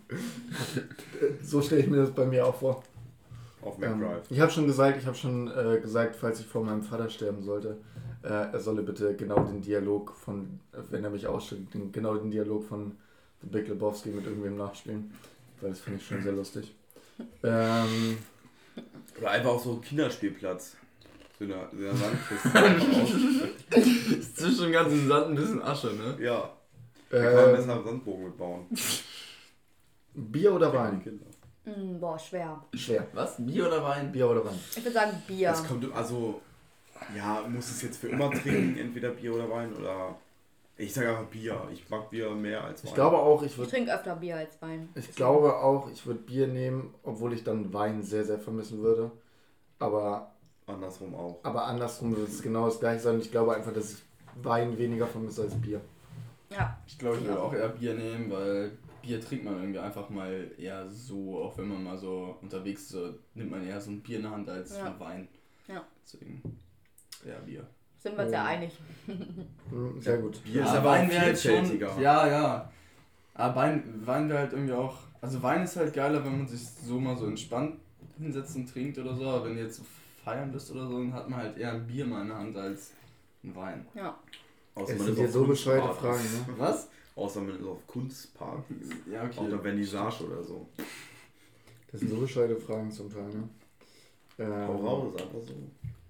So stelle ich mir das bei mir auch vor. Auf Ähm, McDrive. ich habe schon gesagt, ich habe schon äh, gesagt, falls ich vor meinem Vater sterben sollte, äh, er solle bitte genau den Dialog von, äh, wenn er mich ausschüttet, den, genau den Dialog von The Big Lebowski mit irgendwem nachspielen, weil das finde ich schon sehr lustig. Ähm, Oder einfach auch so ein Kinderspielplatz. So eine, so eine Sandkiste. einfach aus. Ist zwischen dem ganzen Sand ein bisschen Asche, ne? Ja, da kann man ähm, besser einen Sandbogen mitbauen. Bier oder Die Wein? Kinder. Mm, boah, schwer. Schwer. Was? Bier oder Wein? Bier oder Wein? Ich würde sagen Bier. Es kommt, also, ja, muss es jetzt für immer trinken, entweder Bier oder Wein oder. Ich sage einfach Bier. Ich mag Bier mehr als Wein. Ich glaube auch, ich Ich würde trinke öfter Bier als Wein. ich glaube auch, ich würde Bier nehmen, obwohl ich dann Wein sehr, sehr vermissen würde. Aber, Andersrum auch. aber andersrum wird es genau das gleiche sein. Ich glaube einfach, dass ich Wein weniger vermisse als Bier. Ja. Ich glaube, ich würde auch eher Bier nehmen, weil Bier trinkt man irgendwie einfach mal eher so, auch wenn man mal so unterwegs ist, so, nimmt man eher so ein Bier in der Hand als Ja. ein Wein. Ja. Deswegen eher Bier. Sind wir uns ja Oh. einig. Hm, Sehr gut. Bier ist Ja, aber auch wäre halt vielfältiger. schon. Ja, ja. Aber Wein, Wein wäre halt irgendwie auch. Also Wein ist halt geiler, wenn man sich so mal so entspannt hinsetzt und trinkt oder so. Aber wenn du jetzt feiern bist oder so, dann hat man halt eher ein Bier mal in der Hand als ein Wein. Ja. Außer Das man sind ist hier auf so bescheuerte Kunstpartys. Fragen, ne? Was? Außer man ist auf Kunstpartys. Ja, okay. Oder Vernissage oder so. Das sind so bescheuerte Fragen zum Teil, ne? Ähm, Hau raus, einfach so.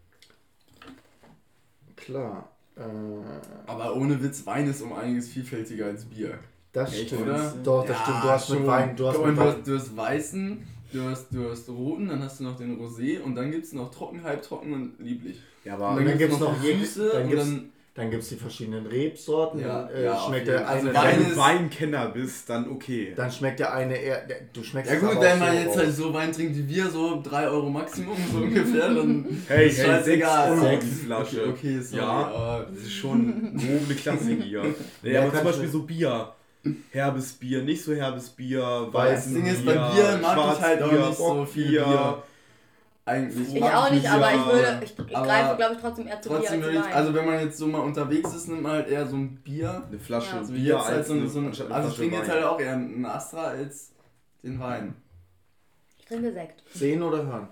Klar. Äh, Aber ohne Witz, Wein ist um einiges vielfältiger als Bier. das Echt, stimmt. oder? Doch, das Ja, stimmt. Du hast mit schon. Wein, du hast Guck mit mal, du Wein. hast, du hast Weißen, du hast, du hast Roten, dann hast du noch den Rosé und dann gibt es noch trocken, halbtrocken und lieblich. Ja, Und aber dann gibt's noch die jede- Süße dann und gibt's- dann Dann gibt es die verschiedenen Rebsorten. Ja, dann äh, ja, auf schmeckt jeden der Fall. eine. Also Wein wenn ist- du Weinkenner bist, dann okay. Dann schmeckt der eine eher. Der, du schmeckst ja es gut, aber wenn auch man so jetzt raus. halt so Wein trinkt wie wir, so drei Euro Maximum so ungefähr, dann Hey, ist hey, scheißegal. sechs Euro Sechs. die Flasche. Okay, okay, sorry, Ja, aber das ist schon grob eine Klasse hier. Ja, Ja, aber kann zum Beispiel ich- so Bier. Herbes Bier, nicht so herbes Bier, Weil weißes das Ding ist, Bier, bei Bier mag ich halt auch Schwarzbier, nicht so viel Bockbier. Bier. Eigentlich. Ich mag auch nicht, Bier, aber ich würde, ich aber greife glaube ich trotzdem eher zu Bier Trotzdem als würde zu ich, Wein. also wenn man jetzt so mal unterwegs ist, nimmt man halt eher so ein Bier. Eine Flasche Ja. Also wie Bier jetzt halt als so, ein- eine, so ein, anstatt eine also ich Flasche trinke jetzt Wein. halt auch eher einen Astra als den Wein. Ich trinke Sekt. Sehen oder hören?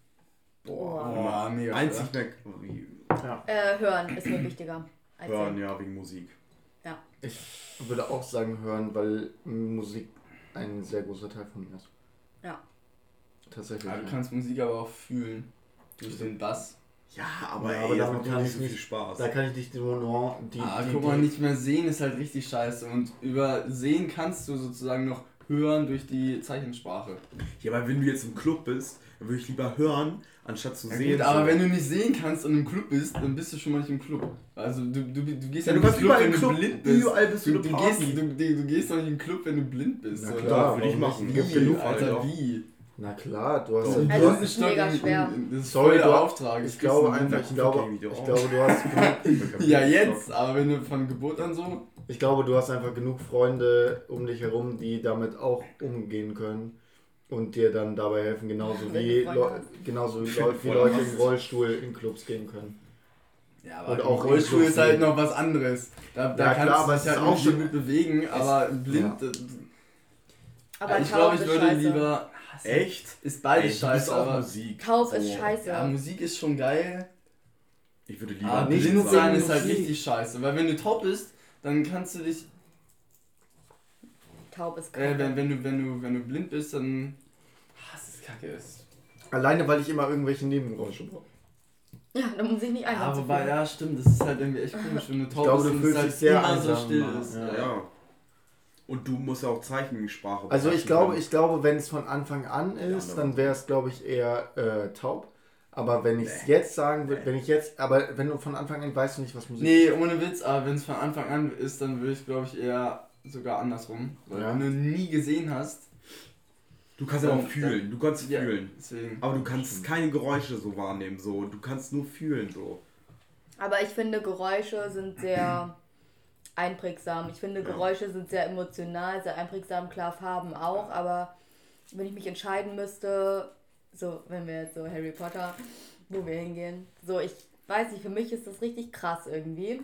Boah, Boah, mega. einzig schwer. mehr wie- Äh, hören ist mir wichtiger als hören, singen. ja, wegen Musik. Ich würde auch sagen hören, weil Musik ein sehr großer Teil von mir ist. Ja. Tatsächlich. Ja, du ja. kannst Musik aber auch fühlen. Durch den Bass. Ja, aber, Ja, ey, aber das damit macht kann doch ich nicht so viel nicht- Spaß. Da kann ich nicht die Nuance, die, ah, die, guck mal, die nicht mehr sehen ist halt richtig scheiße. Und über sehen kannst du sozusagen noch hören durch die Zeichensprache. Ja, aber wenn du jetzt im Club bist, dann würde ich lieber hören, anstatt zu Ja, sehen. gut, aber so. wenn du nicht sehen kannst und im Club bist, dann bist du schon mal nicht im Club. Also du, du, du gehst Ja, ja, du nicht kannst in den Club, überall wenn im du Club, blind bist. überall bist du du, eine du, Party. gehst, du, du, du gehst doch nicht in den Club, wenn du blind bist. Na oder? klar, würde ich warum machen. nicht? Gibt Wie? genug, Alter, Alter. wie? Na klar, du hast Also, ja, Also du es hast, ist mega in- schwer. in- Das ist Sorry, voll der du- Auftrag. ich glaube krieg's einfach, nicht ich glaube, Video ich auch. glaube, du hast genug, hin. Ja, jetzt, aber wenn du von Geburt an so. ich glaube, du hast einfach genug Freunde um dich herum, die damit auch umgehen können und dir dann dabei helfen, genauso Wenn wie du Freunde Leu- hast. genauso wie Freunde Leute hast. im Rollstuhl in Clubs gehen können. Ja, Und aber auch auch im Rollstuhl Club ist halt sehen. noch was anderes. Da, da Ja, kannst klar, du aber es dich ist halt auch nicht schon- gut bewegen, aber blind. äh, Aber ich taub glaube, ich ist würde scheiße. lieber. Echt? Ist Ey, beides du bist scheiße, auch aber. Musik. Taub ist So. scheiße. Ja, Musik ist schon geil. Ich würde lieber Aber nicht blind nur sein wegen ist halt Musik. richtig scheiße. Weil wenn du taub bist, dann kannst du dich. Taub ist Äh, kacke. wenn, wenn, du, wenn, du, wenn du blind bist, dann. Ah, das ist kacke. Ist. Alleine, weil ich immer irgendwelche Nebengeräusche brauche. Ja, da muss ich nicht einfach Ja, zu wobei, viel. ja, stimmt. Das ist halt irgendwie echt komisch, wenn du taub glaube, bist du und fühlst es halt dich sehr immer so einsam, still ja. ist. Ja. Ja. Und du musst ja auch Zeichensprache Also ich beherrschen glaube, können. ich glaube, wenn es von Anfang an ist, andere dann wäre es, glaube ich, eher äh, taub. Aber wenn ich es jetzt sagen würde, wenn ich jetzt, aber wenn du von Anfang an weißt du nicht, was Musik Nee, ohne Witz, aber wenn es von Anfang an ist, dann würde ich glaube ich eher sogar andersrum. Weil Ja. wenn du nie gesehen hast, Du kannst aber auch Dann- fühlen, du kannst ja, fühlen. deswegen. Aber du kannst keine Geräusche so wahrnehmen, so. Du kannst nur fühlen, so. Aber ich finde, Geräusche sind sehr einprägsam. Ich finde, Ja. Geräusche sind sehr emotional, sehr einprägsam. Klar, Farben auch, aber wenn ich mich entscheiden müsste, so, wenn wir jetzt so Harry Potter, wo wir hingehen, so, ich weiß nicht, für mich ist das richtig krass irgendwie.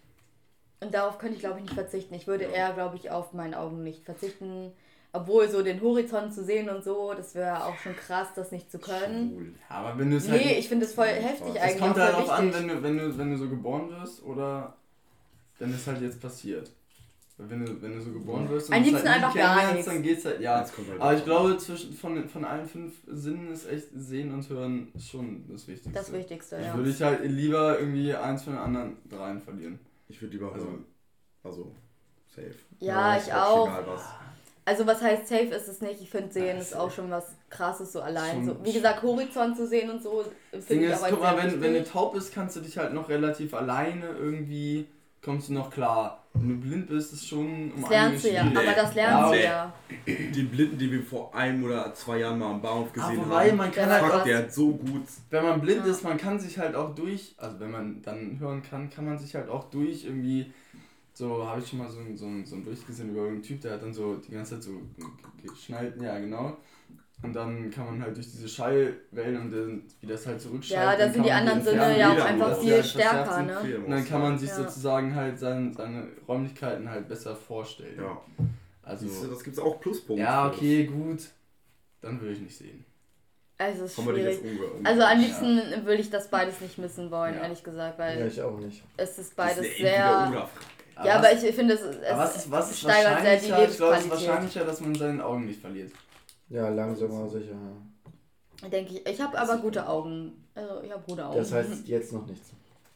Und darauf könnte ich, glaube ich, nicht verzichten. Ich würde eher, glaube ich, auf mein Augenlicht verzichten. Obwohl, so den Horizont zu sehen und so, das wäre auch schon krass, das nicht zu können. Schwul. Ja, aber wenn du es halt. Nee, ich finde es voll heftig Es eigentlich. Es kommt auch halt voll darauf an, wichtig. wenn du, wenn, du, wenn du so geboren wirst oder wenn es halt jetzt passiert. Weil wenn du, wenn du so geboren wirst und Am es liebsten halt nie einfach gar kennenlernst, nichts. dann geht's halt, ja. Jetzt kommt halt Aber ich drauf glaube, zwischen, von, von allen fünf Sinnen ist echt Sehen und Hören schon das Wichtigste. Das Wichtigste, Ich ja. würde ich halt lieber irgendwie eins von den anderen dreien verlieren. Ich würde lieber Also- hören. Also, safe. Ja, ist ich auch auch. Egal was. Also was heißt safe ist es nicht. Ich finde sehen ist auch schon was krasses so allein. Schon- So, wie gesagt, Horizont zu sehen und so Das finde Ding ich ist, auch als guck mal, sehr wenn, wenn du wichtig. taub bist, kannst du dich halt noch relativ alleine irgendwie, kommst du noch klar. Wenn du blind bist, ist schon um Das lernst du ja, aber das lernst du ja. Den Blinden, den wir vor einem oder zwei Jahren mal am Bahnhof Ah, gesehen wobei, haben. man kann Der halt war auch, Fuck, der hat so gut. wenn man blind Ja. ist, man kann sich halt auch durch, also wenn man dann hören kann, kann man sich halt auch durch irgendwie, so habe ich schon mal so ein, so ein, so ein Bericht gesehen über irgendeinen Typ, der hat dann so die ganze Zeit so geschnallt, ja genau. Und dann kann man halt durch diese Schallwellen und dann, wie das halt zurückschaltet. Ja, da dann sind die kann man anderen Sinne entfernen, ja auch Jeder einfach muss. viel halt verstärkt stärker, sind. ne? Und dann kann man sich Ja. sozusagen halt sein, seine Räumlichkeiten halt besser vorstellen. Ja. Also, Siehst du, das gibt's auch Pluspunkte. ja, okay, gut. Dann würde ich nicht sehen. Also es ist Haben wir dich schwierig. jetzt umge- Also am liebsten ja. würde ich das beides nicht missen wollen, Ja. ehrlich gesagt, weil Ja, ich auch nicht. es ist beides das ist sehr... Entweder-oder-Frage. Ja, aber ich, ich finde, es, es was ist, was ist steigert sehr die wahrscheinlicher? Ich glaube, es ist Lebensqualität. wahrscheinlicher, dass man seine Augen nicht verliert. Ja, langsam aber sicher. Ja. Denke ich. Ich habe aber gute Augen. Also ich habe gute Augen. Das heißt jetzt noch nichts.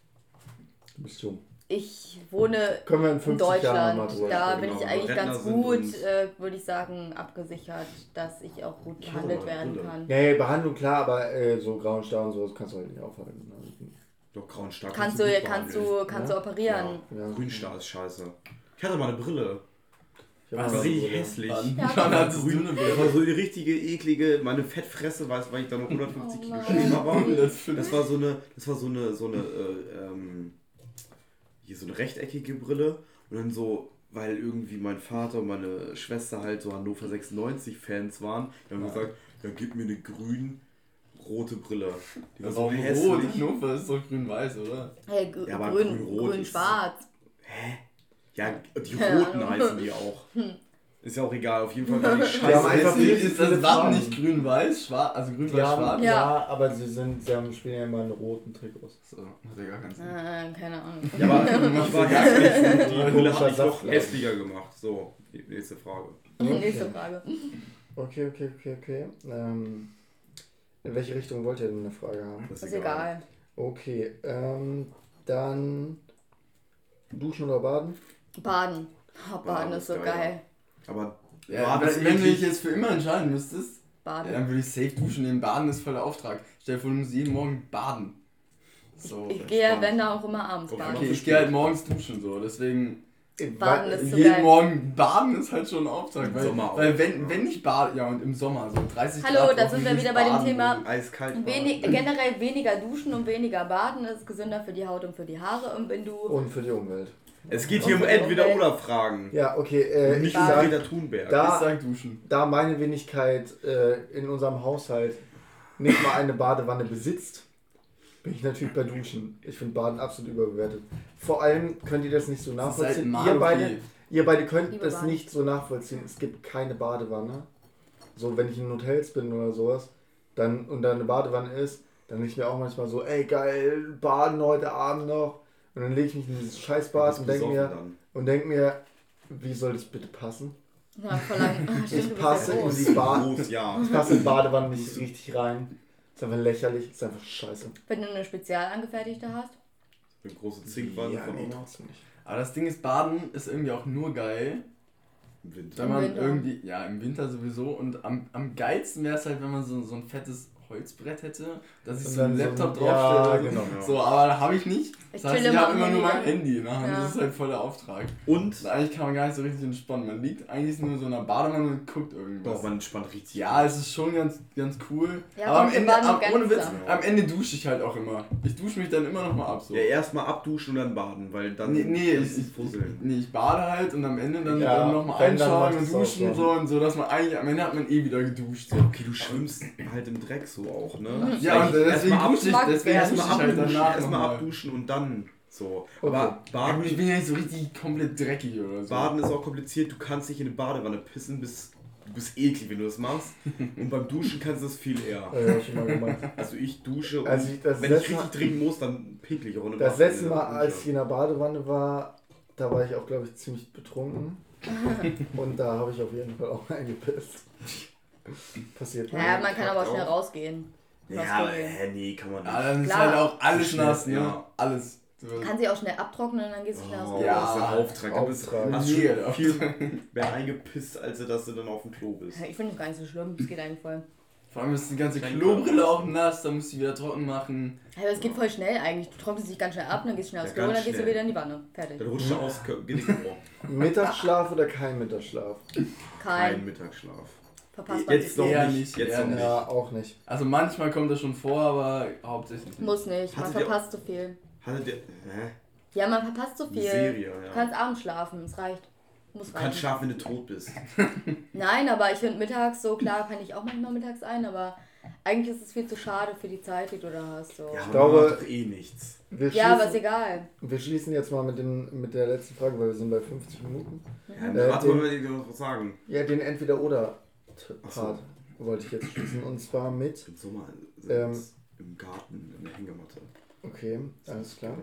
Du bist dumm. Ich wohne Können wir in in fünfzig Jahren mal Deutschland. drüber Da sprechen. bin ich Genau, eigentlich Rentner ganz sind gut, uns- äh, würde ich sagen, abgesichert, dass ich auch gut behandelt aber werden Brille. kann. Ja, ja, Behandlung klar, aber äh, so grauen Star und sowas kannst du halt nicht aufhalten. Ne? Doch, grauen Star Kannst du, gut kannst behandeln. du, kannst Ja? du operieren. Ja. Ja. Grünstar ist scheiße. Ich hatte mal eine Brille. Ich Das hab war mal richtig so- hässlich. Dann Ja. dann hattest du Grün, eine das war so eine richtige eklige, meine Fettfresse, weil weil ich da noch hundertfünfzig Oh Kilo nein. schwerer war. Das Das war so eine, das war so eine, so eine, äh, ähm, hier so eine rechteckige Brille und dann so, weil irgendwie mein Vater und meine Schwester halt so Hannover sechsundneunzig Fans waren, die haben gesagt, ja gib mir eine grün-rote Brille. Die war Das so rot, hässlich. Hannover ist doch grün-weiß, oder? Hey, gr Ja, aber grün, grün-rot grün, ist- schwarz. Ja, die Keine roten Ahnung. heißen die auch. Ist ja auch egal, auf jeden Fall war die Wir haben scheiße. einfach Deswegen viel ist zu viele das Wappen Farben. nicht grün-weiß, schwarz, also Die grün-weiß, haben, schwarz. ja. Ja. aber sie sind, sie haben, spielen ja immer in roten Trikots. So, macht ja gar keinen Sinn. Äh, keine Ahnung. Ja, aber ich war herzlich, die Brille hat mich noch Saftladen. hässlicher gemacht. So, die nächste Frage. Nächste Frage. Okay, okay, okay, okay. Ähm, in welche Richtung wollt ihr denn eine Frage haben? Das Ist egal. Okay, ähm, dann duschen oder baden? Baden. Oh, Baden Baden ist so ist geil. geil. Aber Ja, Baden ist wenn, wenn du eklig. dich jetzt für immer entscheiden müsstest, Baden. ja, dann würde ich safe duschen nehmen. Baden ist voll der Auftrag. Stell dir vor, du musst jeden Morgen baden. So, Ich gehe, entspannt. wenn da auch immer abends Okay, baden. okay, ich gehe halt morgens duschen, so. Deswegen, Baden Weil- ist so jeden geil. Morgen baden ist halt schon ein Auftrag. Im Weil, Sommer auch, weil wenn, ja. wenn ich bade, ja, und im Sommer, so dreißig Hallo, Grad. da auch sind wir wirklich wieder bei dem baden. Thema. Eiskalt. Wenig, generell weniger duschen und weniger baden ist gesünder für die Haut und für die Haare. Und wenn du. Und für die Umwelt. Es geht hier um Entweder-Oder-Fragen. Ja, okay, äh, ich Nicht um sag, Greta Thunberg. Da- Ich sag duschen. da meine Wenigkeit äh, in unserem Haushalt nicht mal eine Badewanne besitzt, bin ich natürlich bei Duschen. Ich finde Baden absolut überbewertet. Vor allem könnt ihr das nicht so Das ist halt nachvollziehen. mal ihr, okay. beide, ihr beide könnt Liebe das Baden. nicht so nachvollziehen. Es gibt keine Badewanne. So, wenn ich in Hotels bin oder sowas, dann und da eine Badewanne ist, dann denke ich mir auch manchmal so, ey geil, baden heute Abend noch. Und dann lege ich mich in dieses Scheißbad und denke mir, Dann. und denk mir, wie soll das bitte passen? Ja, voll lang. Ah, stimmt, Ich du bist passe ja in groß. die Bad. Groß, ja. Ich passe in Badewanne nicht richtig rein. Ist einfach lächerlich, ist einfach scheiße. Wenn du eine spezial angefertigte hast. Eine große Zinkwanne Ja, von nee, Oma. trotzdem nicht. Aber das Ding ist, Baden ist irgendwie auch nur geil, Im Winter. wenn Im man Winter. irgendwie, ja im Winter sowieso, und am, am geilsten wäre es halt, wenn man so, so ein fettes Holzbrett hätte, dass ich Und so einen dann so ein- Laptop ja, draufstelle. genau. So, aber habe ich nicht. Ich Das heißt, chill ich immer habe am immer nur Handy mein dann. Handy. Ne? Ja. Das ist halt voll der Auftrag. Und? Und eigentlich kann man gar nicht so richtig entspannen. Man liegt eigentlich nur so in einer Badewanne und guckt irgendwas. Doch, man entspannt richtig. Ja, es ist schon ganz, ganz cool. Ja, aber am kommt Ende, Baden am, ganz ohne Witz, zusammen. am Ende dusche ich halt auch immer. Ich dusche mich dann immer noch mal ab. So. Ja, erstmal abduschen und dann baden, weil dann Nee, nee, das ich, ist Fusseln. nee, ich bade halt und am Ende dann, Ja, dann nochmal wenn, dann einschauen machst und du's auch duschen und so. so und so, dass man eigentlich am Ende hat man eh wieder geduscht. So. Okay, du schwimmst halt im Dreck so auch, ne? Ja, und deswegen erstmal dusche ich, ab- deswegen erst dusche erstmal ich halt abduschen, danach erstmal nochmal. abduschen und dann so. Okay. Aber Ja, Baden, gut, ich bin ja nicht so richtig komplett dreckig oder so. Baden ist auch kompliziert. Du kannst nicht in eine Badewanne pissen, bis du bist eklig, wenn du das machst. Und beim Duschen kannst du das viel eher. Ja, hab ich schon mal gemacht. Also ich dusche und Also ich- das wenn ich letzte richtig Mal- trinken muss, dann pinkel ich auch in eine Das Badewanne. letzte Mal, als ich in der Badewanne war, da war ich auch, glaube ich, ziemlich betrunken. Und da habe ich auf jeden Fall auch eingepisst. Passiert Ja, man kann kackt aber auch schnell auch. rausgehen. Ja, aber hä, nee, kann man nicht. Ja, dann ist Klar. halt auch alles Schnell, nass, ne? ja. Alles. So. Kann sie auch schnell abtrocknen und dann gehst du schnell Oh, aus. Ja. das ist ein Auftrag. Du bist, Auftrag. hast Nee, schon doch. viel mehr eingepisst, als dass du dann auf dem Klo bist. Ich finde es gar nicht so schlimm, es geht eigentlich voll. Vor allem ist die ganze Kein Klobrille auch nass, dann musst du die wieder trocken machen. Aber es geht voll schnell eigentlich. Du trocknest dich ganz schnell ab, dann gehst du schnell aufs Ja, Klo und ganz dann gehst du schnell. wieder in die Wanne. Fertig. Dann rutscht du aus, geht ins Ohr. Mittagsschlaf oder kein Mittagsschlaf? Kein Kein. Mittagsschlaf. Verpasst man Jetzt sich noch nicht. Eher nicht. nicht, Jetzt eher noch nicht. nicht. Ja, auch nicht. Also manchmal kommt das schon vor, aber hauptsächlich nicht. Muss nicht, man Hattet ihr- verpasst zu viel. Hattet ihr. Hä? Ja, man verpasst zu Eine viel. Serie, Du ja. kannst abends schlafen, es reicht. Muss Du kannst reichen. schlafen, wenn du tot bist. Nein, aber ich finde mittags so, klar kann ich auch manchmal mittags ein, aber eigentlich ist es viel zu schade für die Zeit, die du da hast. So. Ja, Ja, aber glaube- man macht doch eh nichts. Wir aber ist schließen, egal. wir schließen jetzt mal mit, dem, mit der letzten Frage, weil wir sind bei fünfzig Minuten. Ja, Äh, warte den- mal, ich will noch was sagen. Ja, den Entweder-Oder-Part. Ach so. wollte ich jetzt schließen. Und zwar mit... Im Sommer Ähm, im Garten, in der Hängematte. Okay, alles klar.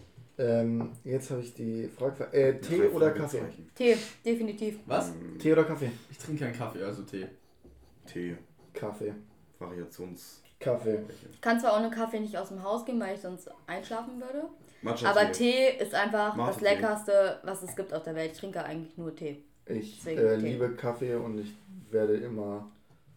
Ähm, jetzt habe ich die Frage... Äh, Tee oder Kaffee? Tee, definitiv. Was? Tee oder Kaffee? Ich trinke keinen Kaffee, also Tee. Tee. Kaffee. Variations... Kaffee. Ich kann zwar ohne Kaffee nicht aus dem Haus gehen, weil ich sonst einschlafen würde. Matcha Aber Tee. Tee ist einfach Mate das Tee. Leckerste, was es gibt auf der Welt. Ich trinke eigentlich nur Tee. Ich Deswegen äh, Tee. liebe Kaffee und ich werde immer...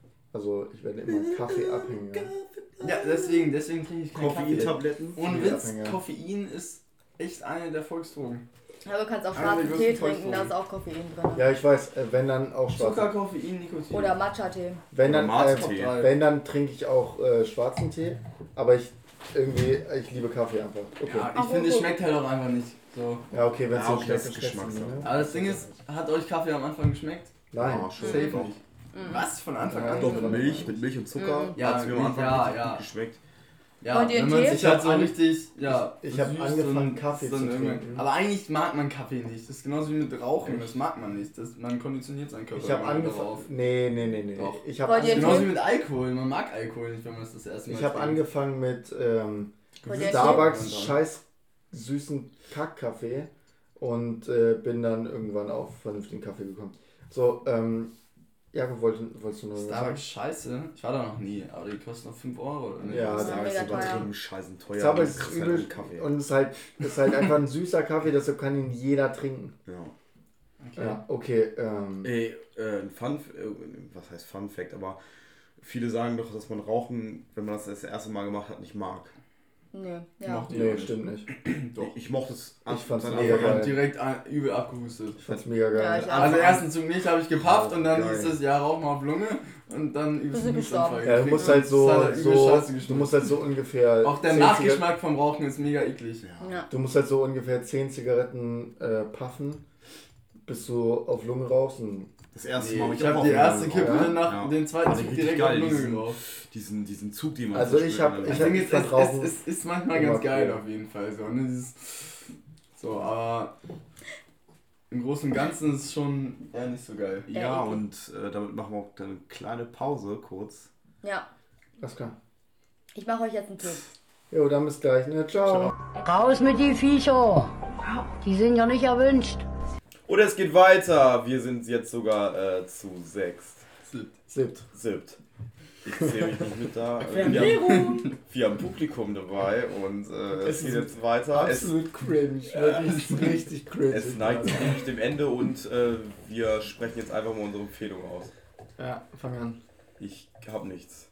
Also ich werde immer Kaffeeabhängiger. Ja, deswegen, deswegen trinke ich keinen Kaffee. Koffeintabletten. Ohne Witz, Abhänger. Koffein ist echt eine der Volksdrogen. Aber du kannst auch Eine schwarzen der Tee größten trinken, da ist auch Koffein drin. Ja, ich weiß, äh, wenn dann auch schwarzen. Zucker, Koffein, Nikotin. Oder Matcha-Tee. Wenn dann, Oder äh, Mate-Tee. wenn dann trinke ich auch äh, schwarzen Tee, aber ich irgendwie, ich liebe Kaffee einfach. Okay. Ja, Ja, ich finde, es schmeckt halt auch einfach nicht so. okay, wenn es Ja, so okay, schmeckt, das dann ist schmeckt's Geschmackssache. nicht, ne? Aber das Ding ist, hat euch Kaffee am Anfang geschmeckt? Nein. Ja, schon. Safe Doch. nicht. Was? Von Anfang Nein. an? Doch, mit Milch, mit Milch und Zucker. Ja, hat's mir am Milch, Anfang ja, richtig ja. gut geschmeckt. Ja, Wollt ihr wenn einen man Tee? sich halt so Ich hab richtig, ja, ich hab süß angefangen, und Kaffee dann zu irgendwann- trinken. Aber eigentlich mag man Kaffee nicht. Das ist genauso wie mit Rauchen, das mag man nicht. Das, man konditioniert seinen Körper Ich habe irgendwann angefangen. darauf. Nee, nee, nee, nee. Doch. Ich habe Wollt ihr Das ist einen genauso Tee? wie mit Alkohol. Man mag Alkohol nicht, wenn man das das erste Mal ich hab trinkt. angefangen mit ähm, Wollt ihr einen Starbucks Tee? scheiß süßen Kackkaffee und äh, bin dann irgendwann auf vernünftigen Kaffee gekommen. So, ähm, Jakob, wollt, wolltest du nur was sagen? Starbucks scheiße. Ich war da noch nie, aber die kosten noch fünf Euro. Oder nicht? Ja, Das ist Starbucks mega ist teuer. übertrieben scheißen teuer. Starbucks Du ist kriegst halt übel einen Kaffee. und es ist halt, ist halt einfach ein süßer Kaffee, deshalb kann ihn jeder trinken. Ja. Okay. Ja, okay. Ähm, Ey, äh, ein Fun, äh, was heißt Fun Fact, aber viele sagen doch, dass man Rauchen, wenn man das das erste Mal gemacht hat, nicht mag. Nee, ja. Mochte ich nee, nicht. stimmt nicht. Doch. Ich, ich mochte es Ich fand's von mega Anfang an. geil. Direkt ein, übel abgehustet. Ich fand's mega geil. Ja, ich auch. Also ersten Zug nicht, habe ich gepafft und dann Geil. hieß es, ja, rauch mal auf Lunge und dann übelst Bist du Hustenanfall Ja, du gekriegt musst und halt es so, hat halt übel so scheiße du geschmeckt. musst halt so ungefähr Auch der zehn Nachgeschmack vom Rauchen ist mega eklig. Ja. Ja. Du musst halt so ungefähr zehn Zigaretten äh, puffen, bis du auf Lunge rauchst. Und Das erste Nee, Mal ich habe die erste Kippe Ja? dann nach Ja. den zweiten War Zug richtig direkt geil, auf Lunge diesen- geraucht. Diesen, diesen Zug, den man Also so ich spürt, hab- ne? ich Das hab- Ding ist, fand es, Rauchen es, es ist manchmal immer ganz geil cool. auf jeden Fall. So, ne? Dieses, so, aber im Großen und Ganzen ist es schon eher nicht so geil. Ja, Ja, und äh, damit machen wir auch dann eine kleine Pause kurz. Ja. alles klar. Ich mache euch jetzt einen Tee. Jo, dann bis gleich. Ne? Ciao. Raus mit die Viecher! Die sind ja nicht erwünscht. Und es geht weiter. Wir sind jetzt sogar äh, zu sechst. Siebt. Siebt. Ich zähle mich nicht mit da. Äh, Wir haben, wir haben Publikum dabei und äh, es Es geht ist jetzt weiter. Es, Absolut cringe. Wirklich richtig cringe. es neigt sich nämlich dem Ende und äh, wir sprechen jetzt einfach mal unsere Empfehlung aus. Ja, fang an. Ich hab nichts.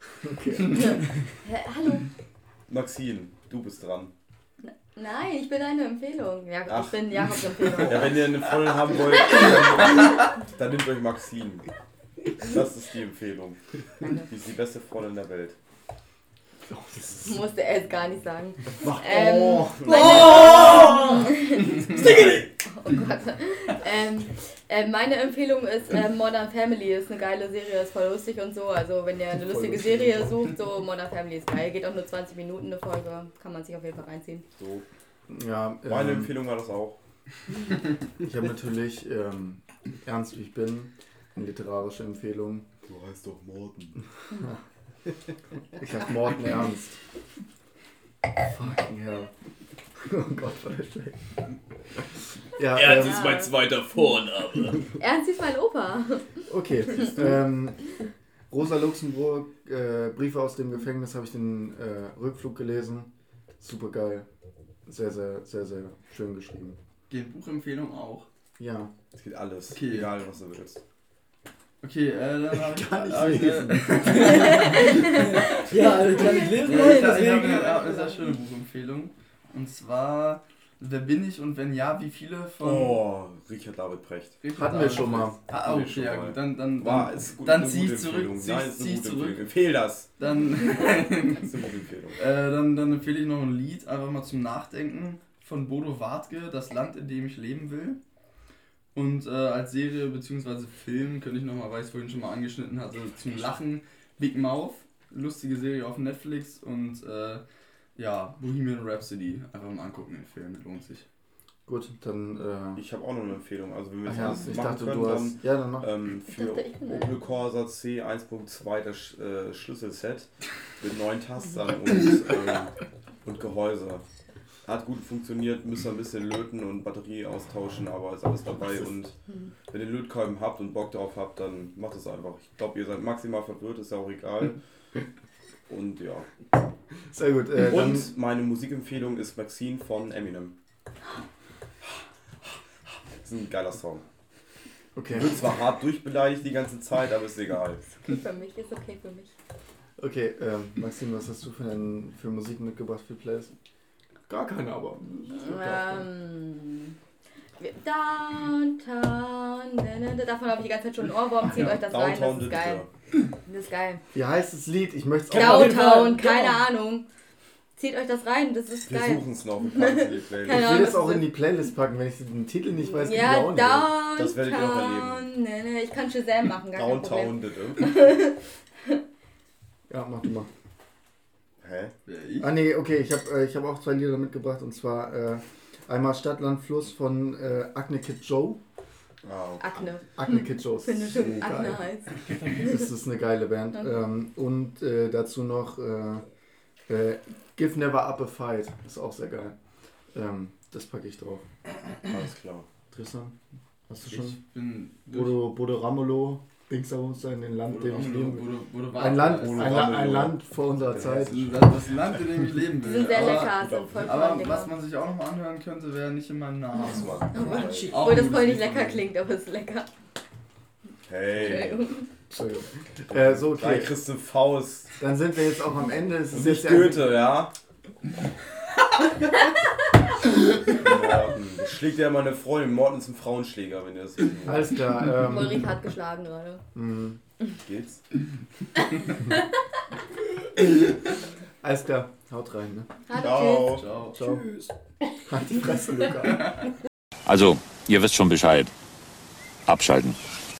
Hä, hallo? Maxine, du bist dran. Nein, ich bin eine Empfehlung. Ja, Ach. ich bin Jakobs Empfehlung. Ja, wenn ihr eine Freundin haben wollt, dann, dann nehmt euch Maxine. Das ist die Empfehlung. Die ist die beste Freundin der Welt. Musste er jetzt gar nicht sagen. Mach, Ähm, oh. meine, oh Gott. Ähm, äh, meine Empfehlung ist äh, Modern Family. Ist eine geile Serie, ist voll lustig und so. Also wenn ihr eine Voll lustige lustig. Serie sucht, so Modern Family ist geil. Geht auch nur zwanzig Minuten eine Folge. Kann man sich auf jeden Fall reinziehen. So. Ja, Meine ähm, Empfehlung war das auch. ich habe natürlich, ähm, ernst wie ich bin, eine literarische Empfehlung. Du heißt doch Morten. Ich hab Morten ernst. Fucking hell. Oh Gott, war das schlecht. Ja, ähm, ist mein zweiter Vorname. Ernst ist mein Opa. okay. Ähm, Rosa Luxemburg, äh, Briefe aus dem Gefängnis, habe ich den äh, Rückflug gelesen. Super geil. Sehr, sehr, sehr, sehr schön geschrieben. Geht Buchempfehlung auch. Ja. Es geht alles. Okay. Egal, was du willst. Okay, äh, dann habe ich, Kann ich hab ich lesen. eine, Ja, ich kann nicht lesen, ja, ich, ich deswegen. habe eine, hab eine sehr schöne Buchempfehlung. Und zwar, wer bin ich und wenn ja, wie viele von... Oh, Richard David Precht. Richard Hatten wir David schon mal. Precht? Ah, Hatten wir okay, schon ja mal. gut, dann, dann, War, dann, ist gut, dann eine zieh ich gute zurück, Empfehlung. zieh, Nein, ist zieh eine ich gute zurück. Empfehlung. Empfehl das. Dann, Das ist eine gute Empfehlung. äh, dann, dann empfehle ich noch ein Lied, einfach mal zum Nachdenken von Bodo Wartke, Das Land, in dem ich leben will. Und äh, als Serie bzw. Film könnte ich nochmal, weil ich es vorhin schon mal angeschnitten hatte, zum Lachen Big Mouth, lustige Serie auf Netflix und äh, ja, Bohemian Rhapsody, einfach mal angucken, den Film, lohnt sich. Gut, dann. Äh, Ich habe auch noch eine Empfehlung. Also wenn wir ach jetzt ja, alles ich machen dachte, können, du dann hast. Ja, dann mach. ähm, für dachte, ich bin dran. Opel Corsa C eins Punkt zwei das Sch- äh, Schlüsselset mit neun Tastern und, ähm, und Gehäuse. Hat gut funktioniert, müsst ihr ein bisschen löten und Batterie austauschen, aber ist alles dabei. Und wenn ihr Lötkolben habt und Bock drauf habt, dann macht es einfach. Ich glaube, ihr seid maximal verwirrt, ist ja auch egal. Und ja. Sehr gut. Äh, dann, Und meine Musikempfehlung ist Maxine von Eminem. Das ist ein geiler Song. okay. Wird zwar hart durchbeleidigt die ganze Zeit, aber ist egal. Okay für mich, ist okay für mich. Okay, ähm, Maxim, was hast du für, einen, für Musik mitgebracht für Plays? Gar keine, aber. Ähm, Downtown, ne, ne, ne, davon habe ich die ganze Zeit schon einen Ohrwurm, zieht euch das rein, das Downtown ist geil. Das ist geil. Wie heißt das Lied? Ich möchte es auch Downtown, keine Ahnung. Zieht euch das rein, das ist Wir geil. suchen es noch. Wir packen es in die Playlist. Keine Ich Ahnung, will es was auch das in die Playlist packen, wenn ich den Titel nicht weiß, Ja, kann ich auch nicht. Downtown. Das werdet ihr auch erleben. Ne, ne, ich kann Shazam machen, gar kein Downtown, Problem. bitte. Ja, mach du mal. Hä? Wer, ich? Ah nee, okay, ich habe äh, ich hab auch zwei Lieder mitgebracht und zwar äh, einmal Stadt, Land, Fluss von äh, Acne Kid Joe. Ah, okay. Akne. Acne Kid Joe ist Finde so schön, Akne geil. heißt. Das ist eine geile Band. Okay. Ähm, und äh, dazu noch äh, äh, Give Never Up a Fight. Ist auch sehr geil. Ähm, das packe ich drauf. Alles klar. Tristan, hast du schon? Ich bin. Bodo, Bodo Ramelow, Dingsda in den Land, dem ich leben will. Bodo, Bodo Ein Land, Bodo ein, La Ramelow. ein Land vor unserer Zeit. Das, das Land, in dem ich leben Die will. sind sehr aber, lecker, sind voll Aber toll, was Dinger. man sich auch noch mal anhören könnte, wäre nicht in meinem Namen. Auch Obwohl ein das gutes voll nicht Lied von lecker mir. klingt, aber es ist lecker. Hey. Entschuldigung. Äh, so, Da okay. kriegst du Faust. Dann sind wir jetzt auch am Ende. Es ist Und nicht jetzt ja- Goethe, ja? Ja, schlägt ja meine Freundin. Morten ist ein Frauenschläger, wenn ihr das nicht Alles klar. Ähm, Ulrich hat geschlagen gerade. mh, geht's. alles klar. Haut rein, ne? Hallo, Ciao. tschüss. Ciao. Ciao. Halt die Fresse, Luca. Also, ihr wisst schon Bescheid. Abschalten.